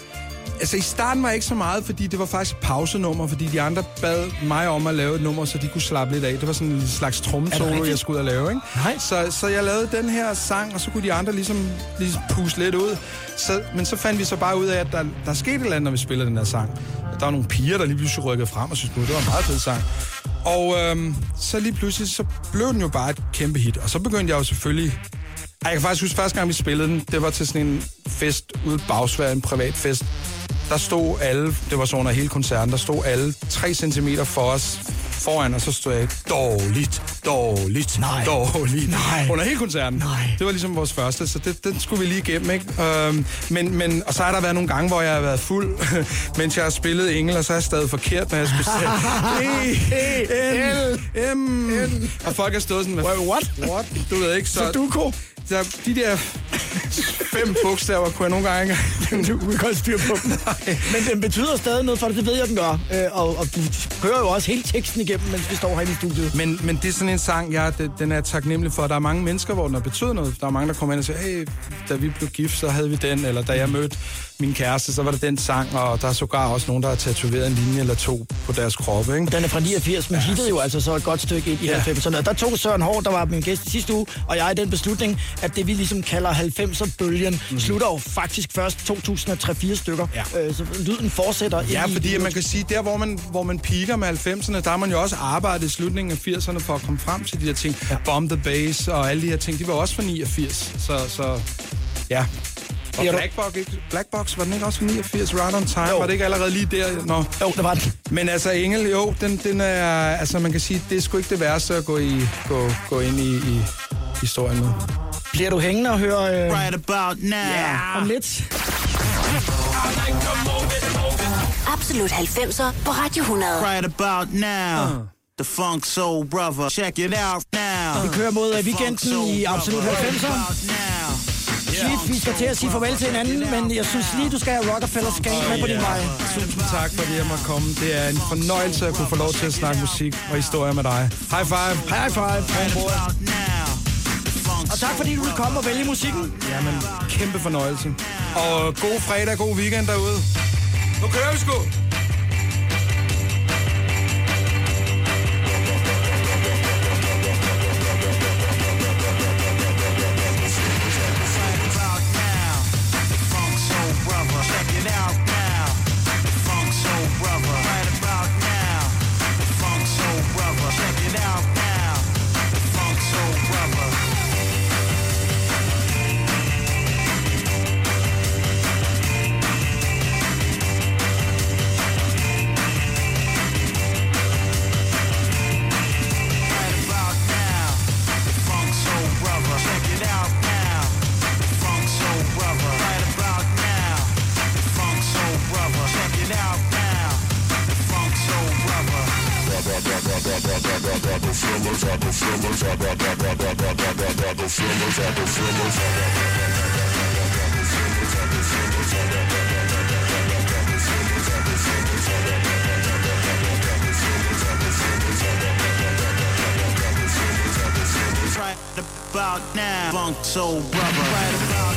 Altså i starten var ikke så meget, fordi det var faktisk et pausenummer, fordi de andre bad mig om at lave et nummer, så de kunne slappe lidt af. Det var sådan en slags trommesolo, jeg skulle ud og lave, ikke? Nej. Så, så jeg lavede den her sang, og så kunne de andre ligesom, ligesom puste lidt ud. Så, men så fandt vi så bare ud af, at der, der skete et eller andet, når vi spiller den her sang. Der var nogle piger, der lige pludselig rykkede frem og syntes, det var en meget fed sang. Og øhm, så lige pludselig, så blev den jo bare et kæmpe hit. Og så begyndte jeg jo selvfølgelig... Ej, jeg kan faktisk huske, første gang vi spillede den, det var til sådan en fest ude i Bagsværd, en privat fest. Der stod alle, det var så under hele koncerten, der stod alle tre centimeter for os foran, og så stod jeg dårligt, dårligt, Nej. dårligt. Nej. Under hele koncerten. Nej. Det var ligesom vores første, så det, den skulle vi lige igennem, ikke? Øhm, men, men, og så har der været nogle gange, hvor jeg har været fuld, mens jeg har spillet Engel, og så er jeg stadig forkert, når jeg skulle sige E, N, M. Og folk har stået sådan, what? What? Du ved ikke, så... Sudoku? Så de der fem bogstaver kunne jeg nogle gange ikke... Du kan godt styre på dem. Men den betyder stadig noget for det, det ved jeg, den gør. Øh, og, og du hører jo også hele teksten igennem, mens vi står herinde i studiet. Men, men det er sådan en sang, jeg, det, den er taknemmelig for. Der er mange mennesker, hvor den har betydet noget. Der er mange, der kommer ind og siger, hey, da vi blev gift, så havde vi den. Eller da jeg mødte min kæreste, så var det den sang. Og der er sågar også nogen, der har tatoveret en linje eller to på deres kroppe, ikke? Den er fra niogfirs, men hittede jo altså så et godt stykke ind i ja. halvfemserne. Der tog Søren Hård, der var min gæst i sidste uge, og jeg i den beslutning, at det vi ligesom kalder halvfemser-bølgen, mm. slutter jo faktisk først to tusind og tre fire stykker. Ja. Øh, så lyden fortsætter. Ja, i, fordi man kan sige, der hvor man, hvor man piker med halvfemserne, der har man jo også arbejdet i slutningen af firserne for at komme frem til de her ting. Ja. Bomb the Bass og alle de her ting, de var også fra niogfirs. Så, så ja. Og Black Box, ikke? Black Box, var den ikke også fra niogfirs? Right on Time, jo. Var det ikke allerede lige der? Nå. Jo, det var det. Men altså, Engel, jo, den, den er, altså man kan sige, det er sgu ikke det værste at gå, i, gå, gå ind i, i historien med. Bliver du hængende og hører... Øh... Right about now. Yeah. Om lidt. Absolut halvfemser på Radio hundrede. Right about now. Uh. The Funk Soul Brother. Check it out now. Vi kører mod weekenden i Absolut halvfemser. Chief, vi skal til at sige farvel til hinanden, men jeg synes lige, du skal have Rockefeller Skank med på din vej. Tusind tak, fordi jeg måtte komme. Det er en fornøjelse at kunne få lov til at snakke musik og historier med dig. High five. High five. Og tak, fordi du vil komme og vælge musikken. Jamen, kæmpe fornøjelse. Og god fredag, god weekend derude. Nu kører vi sgu. Right about now, Funk Soul Brother. Right about